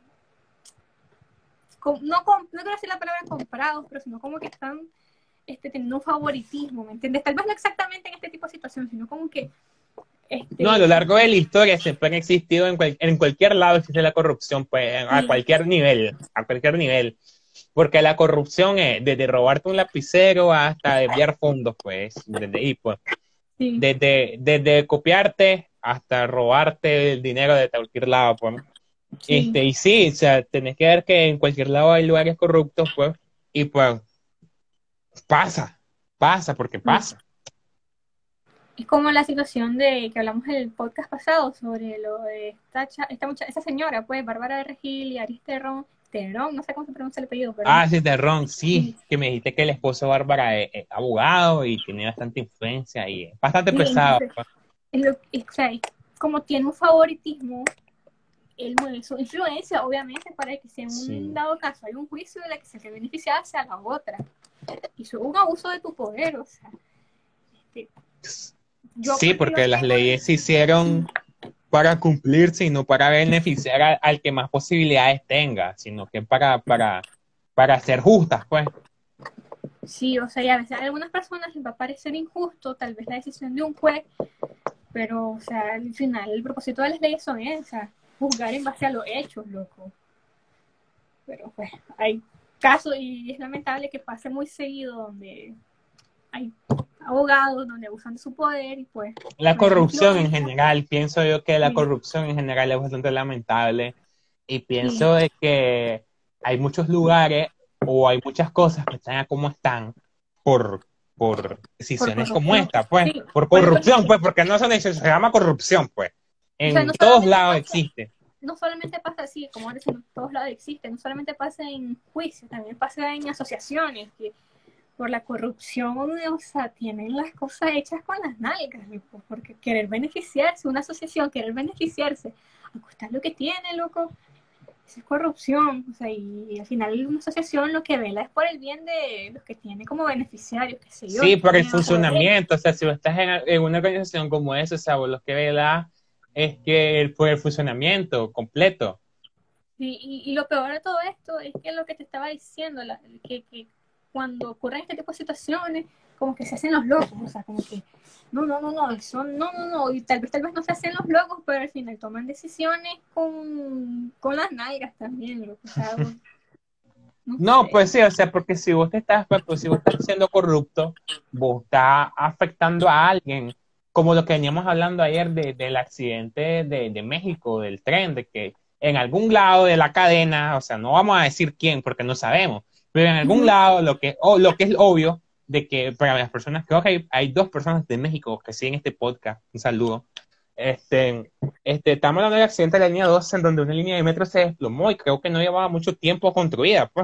no, no quiero decir la palabra comprados, pero sino como que están este, teniendo un favoritismo, ¿me entiendes? Tal vez no exactamente en este tipo de situaciones, sino como que no, a este, lo largo de la historia siempre han existido, en, cual, en cualquier lado existe la corrupción, pues, a sí, cualquier nivel, a cualquier nivel, porque la corrupción es desde robarte un lapicero hasta desviar fondos, pues, desde ahí, pues. sí, Desde, desde copiarte hasta robarte el dinero de cualquier lado, pues. sí. Este, y sí, o sea, tenés que ver que en cualquier lado hay lugares corruptos, pues, y pues pasa, pasa porque Sí. pasa. Es como la situación de que hablamos en el podcast pasado sobre lo de esta, esta mucha, esa señora, pues, Bárbara de Regil y Aris Terrón, Terrón, no sé cómo se pronuncia el apellido, perdón. Ah, sí, de Ron, Sí, sí, que me dijiste que el esposo de Bárbara es, es abogado y tiene bastante influencia y es bastante sí, pesado, entonces, pues. es lo, es, o sea, como tiene un favoritismo, él mueve su influencia, obviamente, para que si en un Sí. dado caso hay un juicio de la que se que beneficiada sea la otra. Y eso es un abuso de tu poder, o sea, este, yo Sí, porque yo porque las tengo, leyes se sí, hicieron para cumplirse y no para beneficiar al, al que más posibilidades tenga, sino que para, para, para ser justas, pues. sí, o sea, y a veces a algunas personas les va a parecer injusto tal vez la decisión de un juez, pero, o sea, al final el propósito de las leyes son esas, juzgar en base a los hechos, loco. Pero pues hay casos y es lamentable que pase muy seguido donde hay abogados donde abusan de su poder y pues La con esa corrupción en influencia, general, pienso yo que la sí, corrupción en general es bastante lamentable y sí, pienso de que hay muchos lugares o hay muchas cosas que están a como están por, por por decisiones como corrupción. esta, pues, Sí, por por ejemplo, corrupción, pues, porque no son decisiones, se llama corrupción, pues. o sea, no En todos solamente lados pasa, existe. no solamente pasa así, como ahora en todos lados existe, no solamente pasa en juicios, también pasa en asociaciones, que por la corrupción, o sea, tienen las cosas hechas con las nalgas, loco, porque querer beneficiarse, una asociación, querer beneficiarse, a costar lo que tiene, loco, eso es corrupción, o sea, y, y al final una asociación lo que vela es por el bien de los que tiene como beneficiarios, qué sé yo, Sí, los que por el tienen poder. funcionamiento, o sea, si vos estás en, en una organización como esa, o sea, vos lo que vela es que el, por el funcionamiento completo. Y, y, y, lo peor de todo esto es que lo que te estaba diciendo, la, que, que cuando ocurren este tipo de situaciones, como que se hacen los locos, o sea, como que, no, no, no, no, eso, no, no, no, y tal vez, tal vez no se hacen los locos, pero al final toman decisiones con, con las nalgas también, loco, o sea, no No, sé. pues sí, o sea, porque si vos te estás, pues, pues, si vos estás siendo corrupto, vos estás afectando a alguien, como lo que veníamos hablando ayer de, del accidente de, de México, del tren, de que en algún lado de la cadena, o sea, no vamos a decir quién porque no sabemos, pero en algún Uh-huh. lado lo que, o lo que es obvio, de que para las personas, creo que hay, hay dos personas de México que siguen este podcast, un saludo. Este, este, estamos hablando del accidente de la línea doce en donde una línea de metro se desplomó y creo que no llevaba mucho tiempo construida, pues.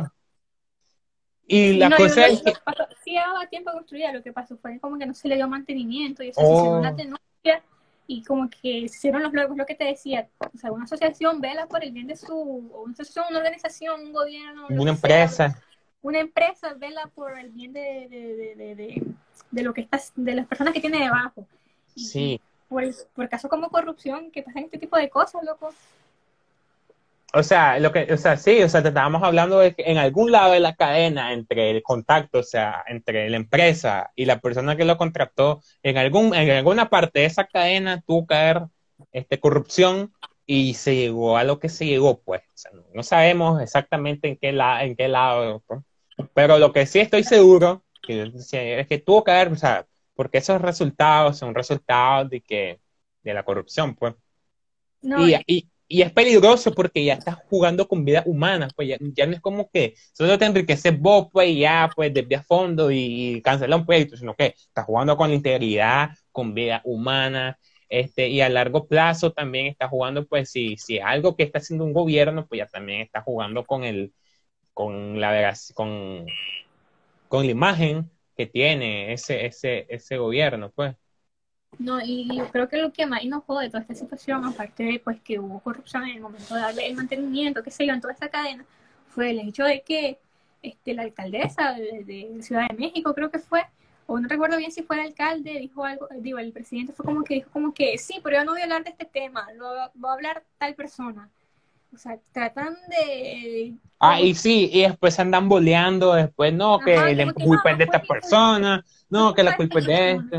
Y Sí, la no, yo cosa lo, es lo que, que pasó, sí llevaba tiempo construida, lo que pasó fue como que no se le dio mantenimiento y o sea, se hicieron las oh, denuncias y como que se hicieron los logros, lo que te decía, o sea, una asociación vela por el bien de su, o una asociación, una organización, un gobierno, lo una que sea, empresa, una empresa vela por el bien de, de, de, de, de, de lo que estás, de las personas que tiene debajo. Y, y sí. por, por casos como corrupción, que pasan este tipo de cosas, loco. O sea, lo que, o sea, sí, o sea, te estábamos hablando de que en algún lado de la cadena entre el contacto, o sea, entre la empresa y la persona que lo contrató, en algún, en alguna parte de esa cadena tuvo que haber este, corrupción y se llegó a lo que se llegó, pues. O sea, no, no sabemos exactamente en qué, la, en qué lado, pues. Pero lo que sí estoy seguro que, es que tuvo que haber, o sea, porque esos resultados son resultados de que, de la corrupción, pues. No, Y, es, y, y es peligroso porque ya estás jugando con vidas humanas, pues ya, ya no es como que solo te enriqueces vos, pues y ya, pues desvías fondo y, y cancela un proyecto, sino que estás jugando con la integridad, con vidas humanas, este, y a largo plazo también estás jugando, pues si, si es algo que está haciendo un gobierno, pues ya también estás jugando con el, con la verac- con, con la imagen que tiene ese, ese, ese gobierno, pues. no, y yo creo que lo que más enojó de toda esta situación, aparte de pues que hubo corrupción en el momento de darle el mantenimiento, que se dio en toda esta cadena, fue el hecho de que este, la alcaldesa de, de Ciudad de México, creo que fue, o no recuerdo bien si fue el alcalde, dijo algo, digo, el presidente fue como que dijo como que sí, pero yo no voy a hablar de este tema, lo va a hablar tal persona. O sea, tratan de Ah, como, y sí, y después andan boleando, después no, ajá, que la como que no, culpa es no de fue esta mi culpa, persona, no no, fue que la culpa de culpa esta es de persona. este.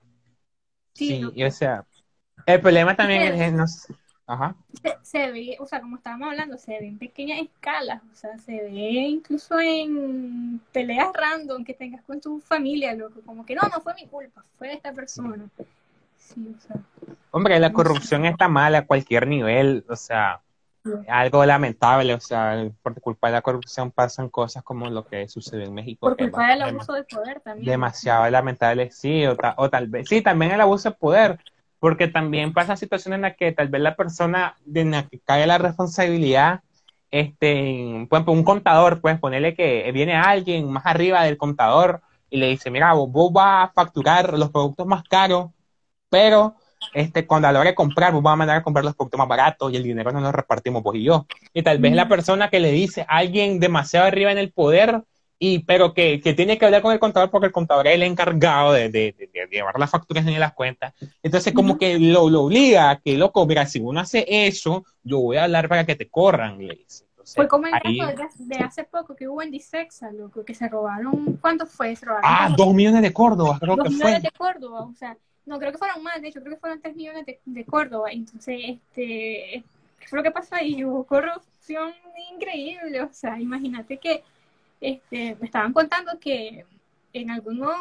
Sí, Sí, y o loco. sea, el problema Y también es, se, es no sé, ajá. se, se ve, o sea, como estábamos hablando, se ve en pequeñas escalas, o sea, se ve incluso en peleas random que tengas con tu familia, loco, como que no, no fue mi culpa, fue de esta Sí. persona. Sí, o sea, Hombre, la no sé. corrupción está mal a cualquier nivel, o sea, algo lamentable, o sea, por culpa de la corrupción pasan cosas como lo que sucedió en México, Por que es culpa del bastante, abuso de poder también, loco. demasiado lamentable, sí, o, ta- o tal vez, sí, también el abuso de poder, porque también pasan situaciones en las que tal vez la persona de la que cae la responsabilidad, este, por ejemplo, un contador, pues ponerle que viene alguien más arriba del contador y le dice, mira, vos, vos vas a facturar los productos más caros, pero este, cuando a la hora de comprar, vos vas a mandar a comprar los productos más baratos y el dinero no lo repartimos vos y yo. Y tal vez la Mm. persona que le dice a alguien demasiado arriba en el poder, y, pero que, que tiene que hablar con el contador porque el contador es el encargado de, de, de, de llevar las facturas y las cuentas. Entonces, como Ujú. que lo, lo obliga a que, loco, mira, si uno hace eso, yo voy a hablar para que te corran, le dice. Fue Entonces, como el caso ahí, de, de hace poco que hubo en Disexa, loco, que se robaron, ¿cuánto fue? Se robaron ah, como dos millones de Córdoba, creo dos que fue. millones de Córdoba, o sea, no creo que fueron más, de hecho creo que fueron tres millones de, de Córdoba, entonces, este, ¿qué fue lo que pasó ahí? Hubo corrupción increíble, o sea, imagínate que, este, me estaban contando que en algunos,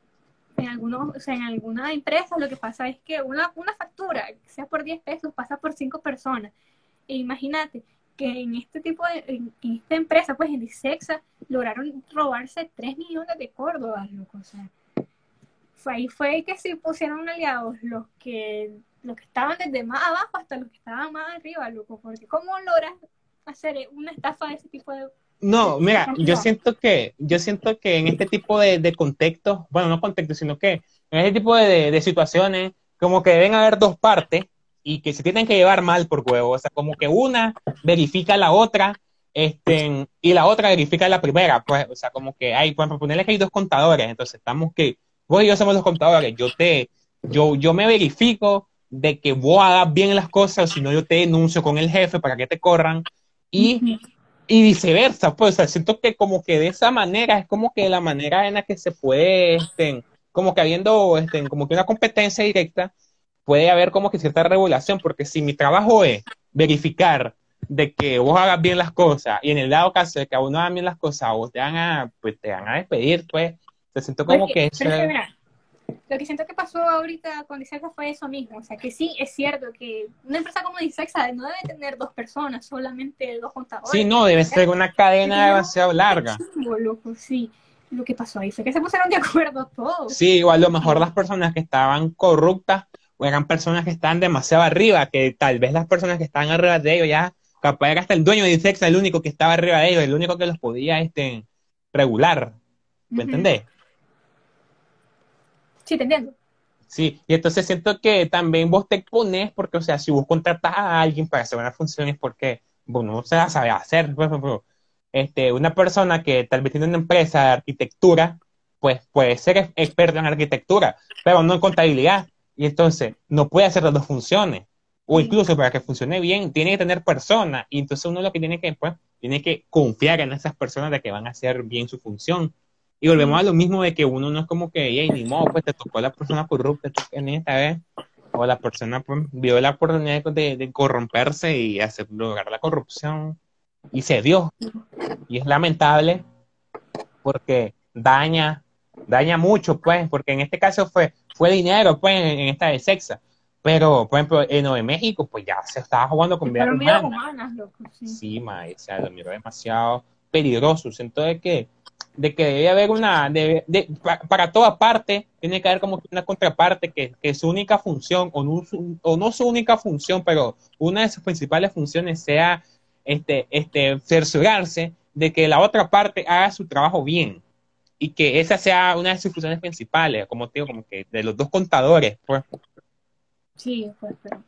en algunos, o sea, en alguna empresa lo que pasa es que una, una factura, que sea por diez pesos, pasa por cinco personas, e imagínate que en este tipo de, en, en esta empresa, pues en Disexa, lograron robarse tres millones de Córdoba, loco, o sea, fue, ahí fue que se pusieron aliados los que los que estaban desde más abajo hasta los que estaban más arriba, loco, porque ¿cómo logras hacer una estafa de ese tipo de, de, No, de mira, yo cantidad? siento que, yo siento que en este tipo de, de contextos, bueno, no contextos, sino que en este tipo de, de situaciones, como que deben haber dos partes y que se tienen que llevar mal por huevo. O sea, como que una verifica a la otra, este, y la otra verifica a la primera, pues, o sea, como que hay, por ponerle que hay dos contadores, entonces estamos que vos y yo somos los contadores, yo te, yo, yo me verifico de que vos hagas bien las cosas, si no yo te denuncio con el jefe para que te corran. Y Uh-huh. y viceversa, pues, o sea, siento que como que de esa manera es como que la manera en la que se puede, este, como que habiendo, este, como que una competencia directa, puede haber como que cierta regulación, porque si mi trabajo es verificar de que vos hagas bien las cosas, y en el dado caso de que a uno hagan bien las cosas, vos te van a, pues, te van a despedir, pues, te siento como Porque, que pero eso es que es, mira, lo que siento que pasó ahorita con Disexa fue eso mismo, o sea, que sí, es cierto que una empresa como Disexa no debe tener dos personas, solamente dos sí, contadores, no, debe debe tener, ser una debe cadena tener un demasiado larga. equipo, loco, sí. Lo que pasó ahí fue que se pusieron de acuerdo todos. Sí, o a lo mejor las personas que estaban corruptas o eran personas que estaban demasiado arriba, que tal vez las personas que estaban arriba de ellos ya, capaz era hasta el dueño de Infexa el único que estaba arriba de ellos, el único que los podía este, regular. ¿Me Uh-huh. entendés? Sí, te entiendo. Sí, y entonces siento que también vos te expones porque, o sea, si vos contratas a alguien para hacer una función es porque vos no se la sabe hacer. Por ejemplo, este, una persona que tal vez tiene una empresa de arquitectura, pues puede ser ex- experto en arquitectura, pero no en contabilidad. Y entonces no puede hacer las dos funciones. o incluso para que funcione bien, tiene que tener personas, y entonces uno lo que tiene que, pues, tiene que confiar en esas personas de que van a hacer bien su función. Y volvemos Sí, a lo mismo de que uno no es como que, hey, ni modo, pues te tocó la persona corrupta en esta vez, o la persona pues, vio la oportunidad de, de corromperse y hacer lograr la corrupción, y se dio. Y es lamentable porque daña, daña mucho, pues, porque en este caso fue, fue dinero, pues, en, en esta de Sexa. Pero, por ejemplo, en lo de México, pues ya se estaba jugando con vidas fueron vidas humanas. humanas, loco, sí. Sí, ma, o sea, lo miro demasiado peligroso. Siento de que, de que debe haber una, de, de, pa, para toda parte, tiene que haber como que una contraparte que, que su única función, o no, su, o no su única función, pero una de sus principales funciones sea este, este, cerciorarse de que la otra parte haga su trabajo bien y que esa sea una de sus funciones principales, como te digo, como que de los dos contadores, pues. Sí, pues, pero,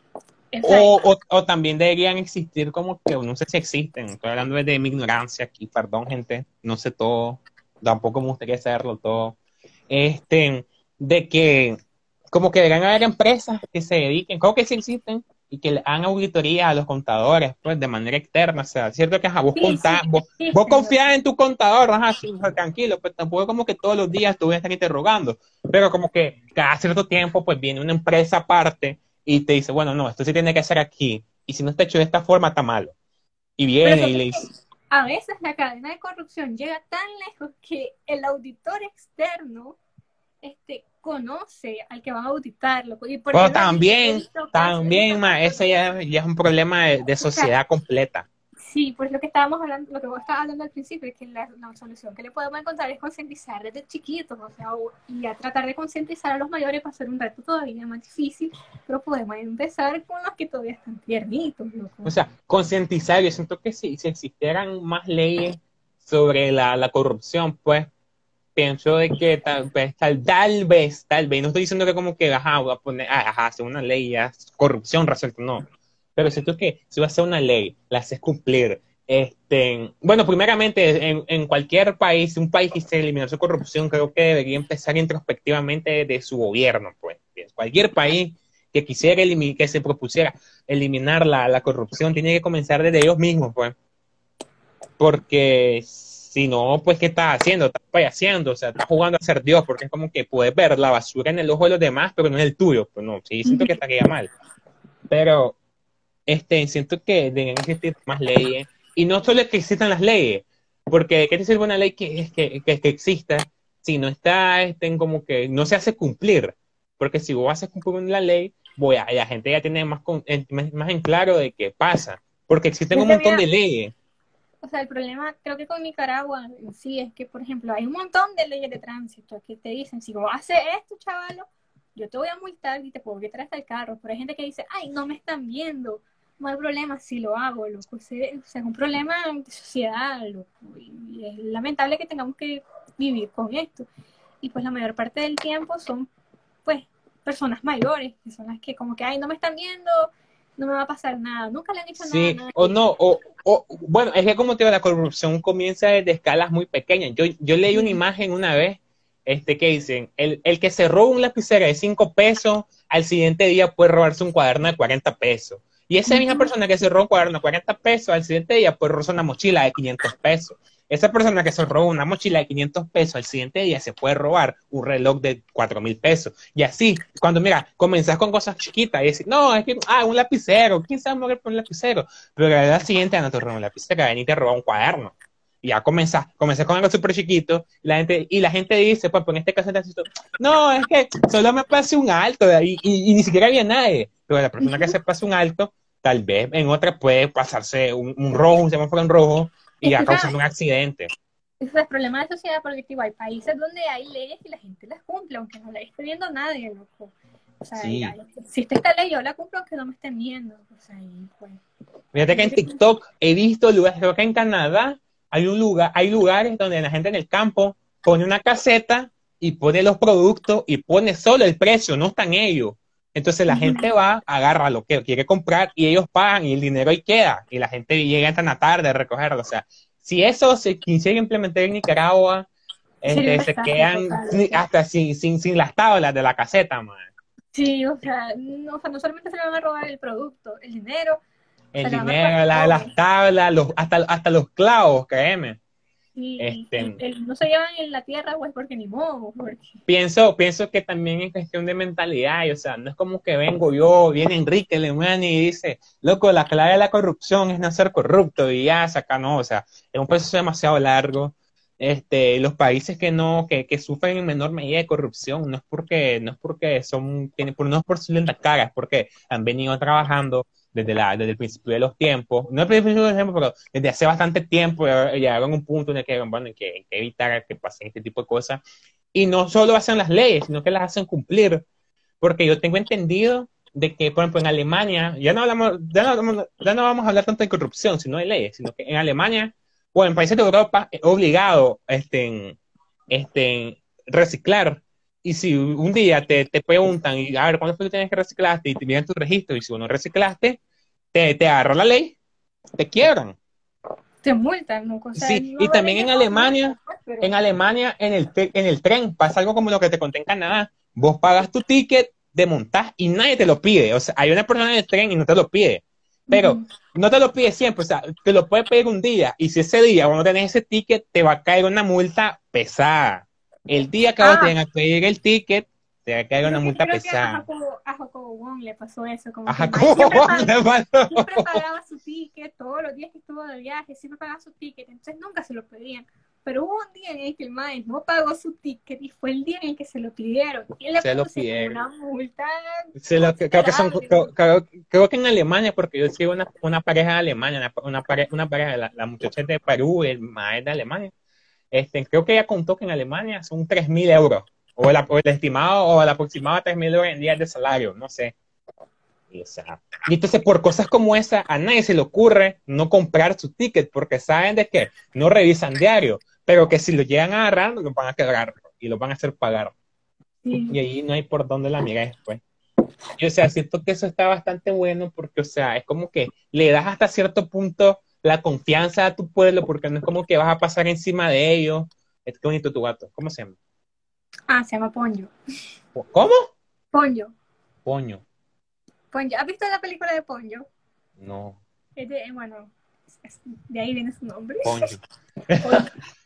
o sea, O, o, o también deberían existir como que, no sé si existen, estoy hablando de mi ignorancia aquí, perdón gente, no sé todo, tampoco me gustaría saberlo todo, este, de que como que deberían haber empresas que se dediquen, creo que sí existen, y que le hagan auditoría a los contadores, pues de manera externa, o sea, cierto que ajá, vos sí, contás, sí, vos, vos existen, confías loco. en tu contador, ajá, sí, o sea, tranquilo, pues tampoco como que todos los días te voy a estar interrogando, pero como que cada cierto tiempo pues viene una empresa aparte y te dice, bueno, no, esto sí tiene que ser aquí, y si no está hecho de esta forma, está malo. Y Pero viene eso y le es que dice, a veces la cadena de corrupción llega tan lejos que el auditor externo este, conoce al que van a auditarlo. Y porque bueno, lo he visto, he también, visto casos, he visto también, ma, casos ese de ya, eso. ya es un problema de, de O sea, sociedad completa. sí, pues lo que estábamos hablando, lo que vos estabas hablando al principio, es que la, la solución que le podemos encontrar es concientizar desde chiquitos, o sea, o, y a tratar de concientizar a los mayores para hacer un reto todavía más difícil, pero podemos empezar con los que todavía están tiernitos, O loco. sea, concientizar, yo siento que si, si existieran más leyes sobre la, la corrupción, pues pienso de que tal vez, tal, tal vez, tal vez, no estoy diciendo que como que, ajá, voy a poner, ah, ajá, hacer una ley, ya, corrupción resuelta, no. Pero siento que si va a ser una ley, la haces cumplir. Este, bueno, primeramente, en, en cualquier país, un país que se eliminó su corrupción, creo que debería empezar introspectivamente de su gobierno, pues. Cualquier país que quisiera eliminar, que se propusiera eliminar la, la corrupción, tiene que comenzar desde ellos mismos, pues. Porque si no, pues, ¿qué estás haciendo? Estás payaseando, o sea, estás jugando a ser Dios, porque es como que puedes ver la basura en el ojo de los demás, pero no en el tuyo. Pues no, sí, siento que estaría mal. Pero este, siento que deben existir más leyes. Y no solo es que existan las leyes, porque ¿qué te sirve una ley que, que, que, que exista si no está este, en como que no se hace cumplir? Porque si vos haces cumplir la ley, voy a, la gente ya tiene más, con, más, más en claro de qué pasa. Porque existen Es un que montón mira, de leyes. o sea, el problema creo que con Nicaragua en sí es que, por ejemplo, hay un montón de leyes de tránsito que te dicen, si vos haces esto, chavalo, yo te voy a multar y te puedo quitar hasta el carro. Pero hay gente que dice, ay, no me están viendo, no hay problema si lo hago, loco. O sea, es un problema de sociedad, loco. Y es lamentable que tengamos que vivir con esto. Y pues la mayor parte del tiempo son, pues, personas mayores, que son las que como que, ay, no me están viendo, no me va a pasar nada. Nunca le han dicho nada a Sí, o nadie. no, o, o bueno, es que como te digo, la corrupción comienza desde escalas muy pequeñas. Yo, yo leí una Sí. imagen una vez, este, que dicen, el, el que se roba un lapicero de cinco pesos, al siguiente día puede robarse un cuaderno de cuarenta pesos. Y esa misma Ujú. persona que se roba un cuaderno de cuarenta pesos, al siguiente día puede robarse una mochila de quinientos pesos. Esa persona que se roba una mochila de quinientos pesos, al siguiente día se puede robar un reloj de cuatro mil pesos. Y así, cuando mira, comenzás con cosas chiquitas y decís, no, es que, ah, un lapicero, ¿quién sabe mover por un lapicero? Pero la verdad siguiente ya no te roba un lapicero, ven y te roba un cuaderno. Y ya comenzás, comenzás con algo súper chiquito, y la gente, y la gente dice, pues, pues en este caso, no, es que solo me pasé un alto, y, y, y ni siquiera había nadie. Pero la persona que Ujú. se pasa un alto, tal vez en otra puede pasarse un, un rojo, un semáforo en rojo, y Es ya que, causando ¿sabes? un accidente. Ese es el problema de sociedad porque tipo, hay países donde hay leyes y la gente las cumple, aunque no la esté viendo nadie, loco. O sea, ya, Sí. existe esta ley, yo la cumplo aunque no me estén viendo. O sea, y pues, hay Fíjate que gente en que... TikTok he visto lugares, creo que en Canadá hay un lugar, hay lugares donde la gente en el campo pone una caseta y pone los productos y pone solo el precio, no están ellos. Entonces la gente va, agarra lo que quiere comprar y ellos pagan y el dinero ahí queda. Y la gente llega tan a tarde a recogerlo. O sea, si eso se quisiera implementar en Nicaragua, Sería un este, se desastre quedan total, sin- loco. hasta sin, sin, sin las tablas de la caseta, man. Sí, o sea, no, o sea, no solamente se le van a robar el producto, el dinero, El se le van a robar dinero, la- todo. las tablas, los, hasta, hasta los clavos, créeme. Y, y Este, el, no se llevan en la tierra, pues porque ni modo. Porque... pienso, pienso que también es cuestión de mentalidad, y, o sea, no es como que vengo yo, viene Enrique Alemán y dice, loco, la clave de la corrupción es no ser corrupto, y ya, saca, no, o sea, es un proceso demasiado largo. Este, los países que no, que, que sufren en menor medida de corrupción, no es porque, no es porque son, tienen, no es por su linda cara, es porque han venido trabajando desde la, desde el principio de los tiempos, no el principio de los tiempos, pero desde hace bastante tiempo, ya llegaron a un punto en el que, bueno, hay que, hay que evitar que pasen este tipo de cosas. Y no solo hacen las leyes, sino que las hacen cumplir. Porque yo tengo entendido de que, por ejemplo, en Alemania, ya no hablamos, ya no, hablamos- ya no vamos a hablar tanto de corrupción, sino de leyes, sino que en Alemania o en países de Europa es obligado este, en- este, en reciclar. Y si un día te, te preguntan, y, a ver, ¿cuándo fue que tienes que reciclaste? Y te miran tu registro, y si vos no reciclaste, te, te agarra la ley, te quiebran. te multan, ¿no? O sea, Sí, no y va a haber también en llegado multas, Alemania, pues, pero en Alemania, en el, te- en el tren pasa algo como lo que te conté en Canadá. Vos pagas tu ticket de montaje y nadie te lo pide. O sea, hay una persona en el tren y no te lo pide. Pero ujú. no te lo pide siempre, o sea, te lo puede pedir un día. Y si ese día vos no tenés ese ticket, te va a caer una multa pesada. El día que vos Ah, tengas que pedir el ticket, te va a caer una creo que, multa creo que a pesada. Jacobo, a Jacobo Wong le pasó eso, como que Ajá, el mae siempre, ¿cómo pag- le pasó? siempre pagaba su ticket, todos los días que estuvo de viaje, siempre pagaba su ticket, entonces nunca se lo pedían. Pero hubo un día en el que el mae no pagó su ticket y fue el día en el que se lo pidieron. Y le Se lo pusieron pidieron. una multa Sí, lo que, creo que son, considerable. creo, creo- creo que en Alemania, porque yo sigo una, una pareja de Alemania, una, una, pare- una pareja, la, la muchacha es de Perú, el maestro de Alemania, este, creo que ella contó que en Alemania son tres mil euros, o el, o el estimado, o el aproximado a tres mil euros en días de salario, no sé. Y, o sea, y entonces por cosas como esa, a nadie se le ocurre no comprar su ticket, porque saben de que no revisan diario, pero que si lo llegan a agarrar, lo van a quebrar y lo van a hacer pagar. Sí. Y ahí no hay por dónde la mira después. Y, o sea, siento que eso está bastante bueno porque, o sea, es como que le das hasta cierto punto la confianza a tu pueblo porque no es como que vas a pasar encima de ellos. Es que bonito tu gato. ¿Cómo se llama? Ah, se llama Ponyo. ¿Cómo? Ponyo. Poño. Ponyo. ¿Has visto la película de Ponyo? No, Es de, bueno, es- de ahí viene su nombre. Poño. Ponyo.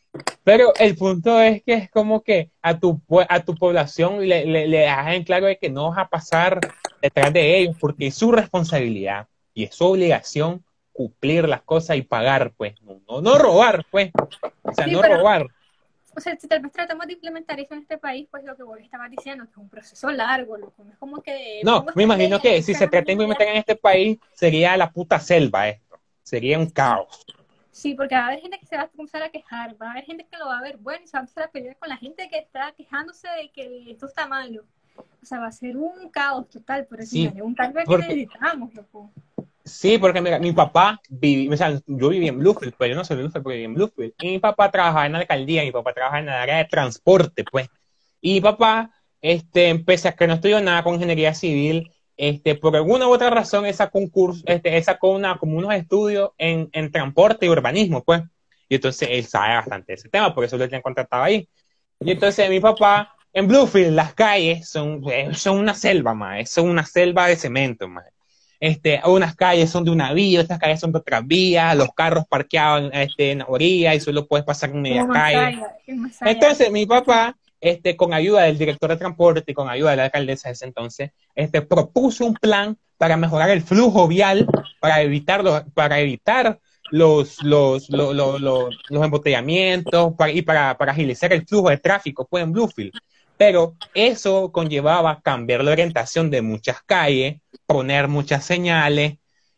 Pero el punto es que es como que a tu, pue- a tu población le, le, le dejan claro de que no vas a pasar detrás de ellos porque es su responsabilidad y es su obligación cumplir las cosas y pagar, pues. No, no, no robar, pues. O sea, Sí, no pero, robar. o sea, si tal vez tratamos de implementar eso en este país, pues lo que vos estabas diciendo, que es un proceso largo, loco. No es como que No, pongo me estas imagino leyes que y si se se van a trata de implementar en este país, sería la puta selva esto. Sería un caos. Sí, porque va a haber gente que se va a comenzar a quejar, va a haber gente que lo va a ver bueno y se va a empezar a pelear con la gente que está quejándose de que esto está malo. O sea, va a ser un caos total, pero al final Sí, es un cambio que porque, necesitamos, loco. sí, porque mira, mi papá, viví, o sea, yo viví en Bluefield, pero yo no soy de Bluefield porque viví en Bluefield. Y mi papá trabajaba en la alcaldía, mi papá trabajaba en el área de transporte, pues. Y mi papá, este, pese a que no estudió nada con ingeniería civil, este, por alguna u otra razón, él sacó un curso, este, él sacó una, como unos estudios en, en transporte y urbanismo, pues. Y entonces él sabe bastante de ese tema, por eso lo tenían contratado ahí. Y entonces mi papá, en Bluefield, las calles son, eh, son una selva, más, son una selva de cemento, más. Este, unas calles son de una vía, otras calles son de otra vía, los carros parqueados este, en la orilla y solo puedes pasar en media Como calle. Masaya, en Masaya. Entonces mi papá, este, con ayuda del director de transporte y con ayuda de la alcaldesa de ese entonces, este, propuso un plan para mejorar el flujo vial, para evitar los, para evitar los, los, los, los, los, los embotellamientos para, y para, para agilizar el flujo de tráfico pues, en Bluefield. Pero eso conllevaba cambiar la orientación de muchas calles, poner muchas señales,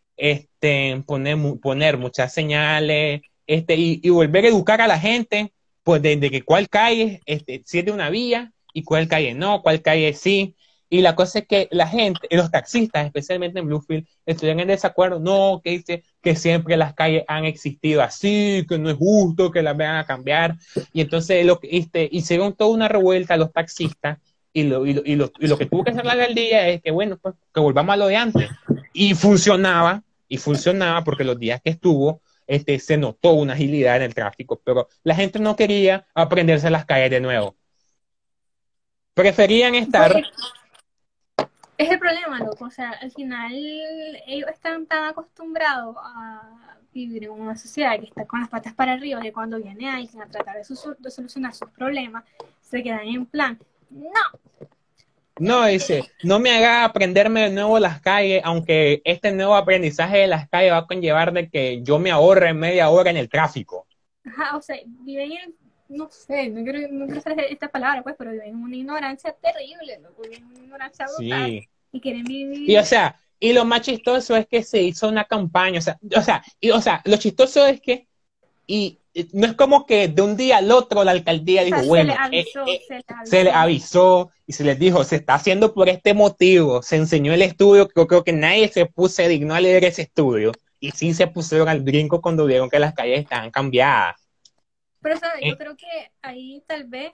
este, poner, poner muchas señales, este, y, y volver a educar a la gente, pues desde que cuál calle, este, si es de una vía y cuál calle no, cuál calle sí. Y la cosa es que la gente, los taxistas, especialmente en Bluefield, estuvieron en desacuerdo, no, que dice que siempre las calles han existido así, que no es justo que las vean a cambiar. Y entonces lo que, este, hicieron toda una revuelta los taxistas y lo, y, lo, y, lo, y lo que tuvo que hacer la alcaldía es que, bueno, pues que volvamos a lo de antes. Y funcionaba, y funcionaba porque los días que estuvo, este, se notó una agilidad en el tráfico, pero la gente no quería aprenderse las calles de nuevo. Preferían estar, Pues, Es el problema, loco. O sea, al final ellos están tan acostumbrados a vivir en una sociedad que está con las patas para arriba, que cuando viene alguien a tratar de, su- de solucionar sus problemas, se quedan en plan, no, No, dice, no me haga aprenderme de nuevo las calles, aunque este nuevo aprendizaje de las calles va a conllevar de que yo me ahorre media hora en el tráfico. ajá, o sea, viven en, no sé, no quiero, no quiero usar esta palabra, pues, pero viven en una ignorancia terrible, loco, viven en una ignorancia brutal Sí. y quieren Y o vivir. sea, y lo más chistoso es que se hizo una campaña, o sea, o sea, y, o sea, lo chistoso es que, y, y no es como que de un día al otro la alcaldía O dijo, sea, se le bueno, eh, avisó, eh, se le se le avisó. avisó y se les dijo, se está haciendo por este motivo, se enseñó el estudio, yo creo que nadie se puso digno a leer ese estudio, y sí se pusieron al brinco cuando vieron que las calles estaban cambiadas. Pero, ¿sabes? Yo Eh, creo que ahí tal vez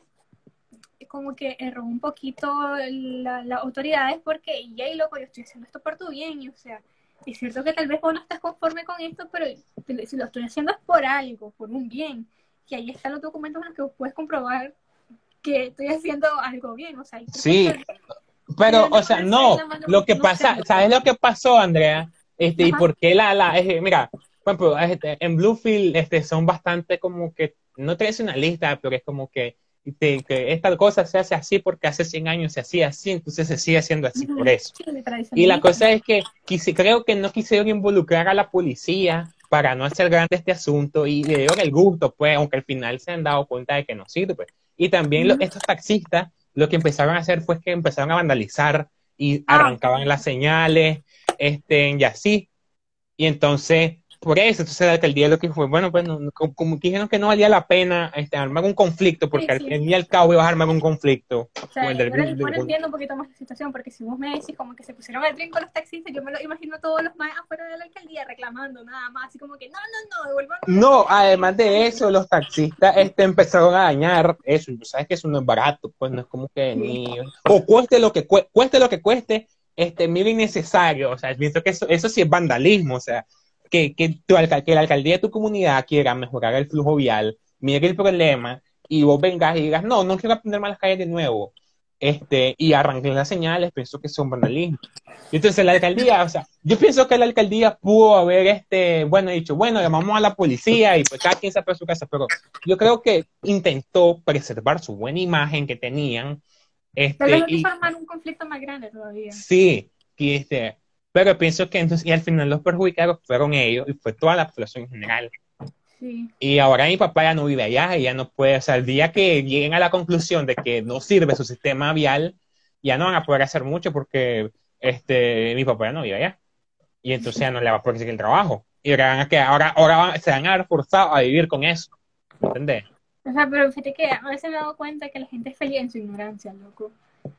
como que erró un poquito la- las autoridades porque, yay, loco, yo estoy haciendo esto por tu bien, y, o sea, es cierto que tal vez vos no estás conforme con esto, pero si lo estoy haciendo es por algo, por un bien, y ahí están los documentos en los que vos puedes comprobar que estoy haciendo algo bien, o sea, y creo que sí, tal vez pero, deben de o sea, ponerse ahí no, la mano, lo que no sé, pasa, loco. ¿sabes lo que pasó, Andrea? Este, y Ajá, por qué la, la, eh, mira, por ejemplo, este, en Bluefield, este, son bastante como que, no tradicionalistas, pero es como que, este, que esta cosa se hace así porque hace cien años se hacía así, entonces se sigue haciendo así por ujú, eso. sí, de Y la tradicionalista. cosa es que quise, creo que no quisieron involucrar a la policía para no hacer grande este asunto y le dieron el gusto, pues, aunque al final se han dado cuenta de que no sirve, pues. Y también lo- Ujú. estos taxistas lo que empezaron a hacer fue que empezaron a vandalizar y Ah, ok. arrancaban las señales, este, y así. Y entonces, por eso, entonces la alcaldía lo que fue, bueno, pues no- no- como, como que dijeron que no valía la pena este, armar un conflicto, Sí, porque al sí. fin y al cabo ibas a armar un conflicto O con sea, el del, ahora, del- ahora con- entiendo un poquito más la situación, porque si vos me decís como que se pusieron al trinco los taxistas, yo me lo imagino todos los más afuera de la alcaldía reclamando nada más, así como que no, no, no, devuélvanos el No, dinero. además de eso, los taxistas este, empezaron a dañar eso. Y tú sabes que eso no es barato, pues no es como que Sí. ni. O cueste lo que cueste, cueste lo que cueste, este, mira innecesario. O sea, pienso que eso, eso sí es vandalismo. O sea, que, que, tu alca- que la alcaldía de tu comunidad quiera mejorar el flujo vial, mire el problema, y vos vengas y digas, no, no quiero aprender más las calles de nuevo. Este, y arranquen las señales, pienso que son vandalismo. Y entonces la alcaldía, o sea, yo pienso que la alcaldía pudo haber, este, bueno, dicho, bueno, llamamos a la policía y pues cada quien se fue a su casa, pero yo creo que intentó preservar su buena imagen que tenían, Tal vez este, no quiso y armar un conflicto más grande todavía. sí, que este, pero pienso que entonces, y al final los perjudicados fueron ellos y fue toda la población en general. Sí. Y ahora mi papá ya no vive allá y ya no puede, o sea, el día que lleguen a la conclusión de que no sirve su sistema vial, ya no van a poder hacer mucho porque este, mi papá ya no vive allá. Y entonces ya no le va a poder seguir el trabajo. Y ahora, van a quedar- ahora, ahora van- se van a ver forzados a vivir con eso. ¿Me entendés? O sea, pero fíjate que a veces me he dado cuenta que la gente es feliz en su ignorancia, loco.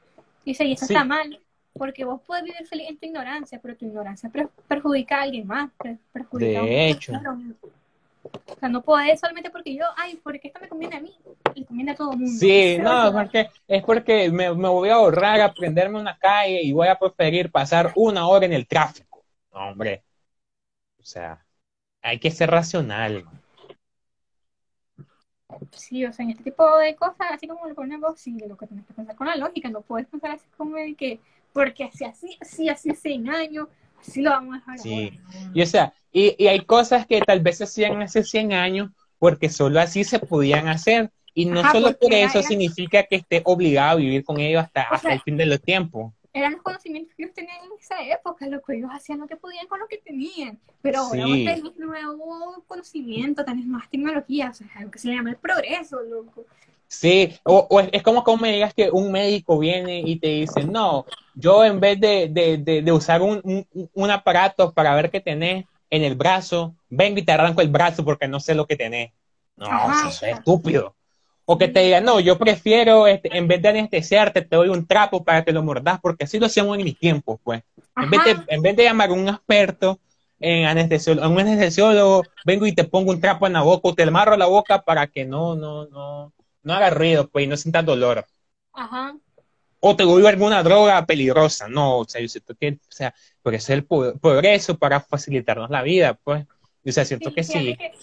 Y sí, eso está Sí, mal, porque vos puedes vivir feliz en tu ignorancia, pero tu ignorancia per- perjudica a alguien más, per- perjudica a un de hecho. tercero. O sea, no podés solamente porque yo, ay, porque esto me conviene a mí, le conviene a todo el mundo. Sí, Eso no, es es porque, es porque me, me voy a ahorrar aprenderme una calle y voy a preferir pasar una hora en el tráfico. No, hombre, o sea, hay que ser racional, man. sí, o sea, en este tipo de cosas, así como lo ponemos, sí, lo que tienes que pensar con la lógica, no puedes pensar así como de que, porque así, así, así, hace cien años, así lo vamos a dejar ahora. Sí. No, Y o no. sea, y, y hay cosas que tal vez se hacían hace cien años porque solo así se podían hacer. Y no Ajá, solo por porque era, eso eran, significa que esté obligado a vivir con ellos hasta, o hasta sea, el fin de los tiempos. eran los conocimientos que ellos tenían en esa época, lo que ellos hacían lo que podían con lo que tenían. Pero ahora vos Sí, tenés nuevo conocimiento, tenés más tecnología, o sea, es algo que se llama el progreso, loco. sí. O, o es, es como que me digas que un médico viene y te dice, no, yo en vez de, de, de, de usar un, un, un aparato para ver qué tenés en el brazo, vengo y te arranco el brazo porque no sé lo que tenés. No, o Ajá, sea, o eso es sea, estúpido. O que te sí, digan, no, yo prefiero, este, en vez de anestesiarte, te doy un trapo para que lo mordas, porque así lo hacíamos en mis tiempos, pues. En vez de, ajá, en vez de llamar a un experto en anestesiólogo, a un anestesiólogo, vengo y te pongo un trapo en la boca o te amarro la boca para que no, no, no, no haga ruido, pues, y no sientas dolor. ajá. O te doy alguna droga peligrosa. No, o sea, yo siento que, o sea, por eso es el progreso para facilitarnos la vida, pues. O sea, siento Sí, que fíjate sí. que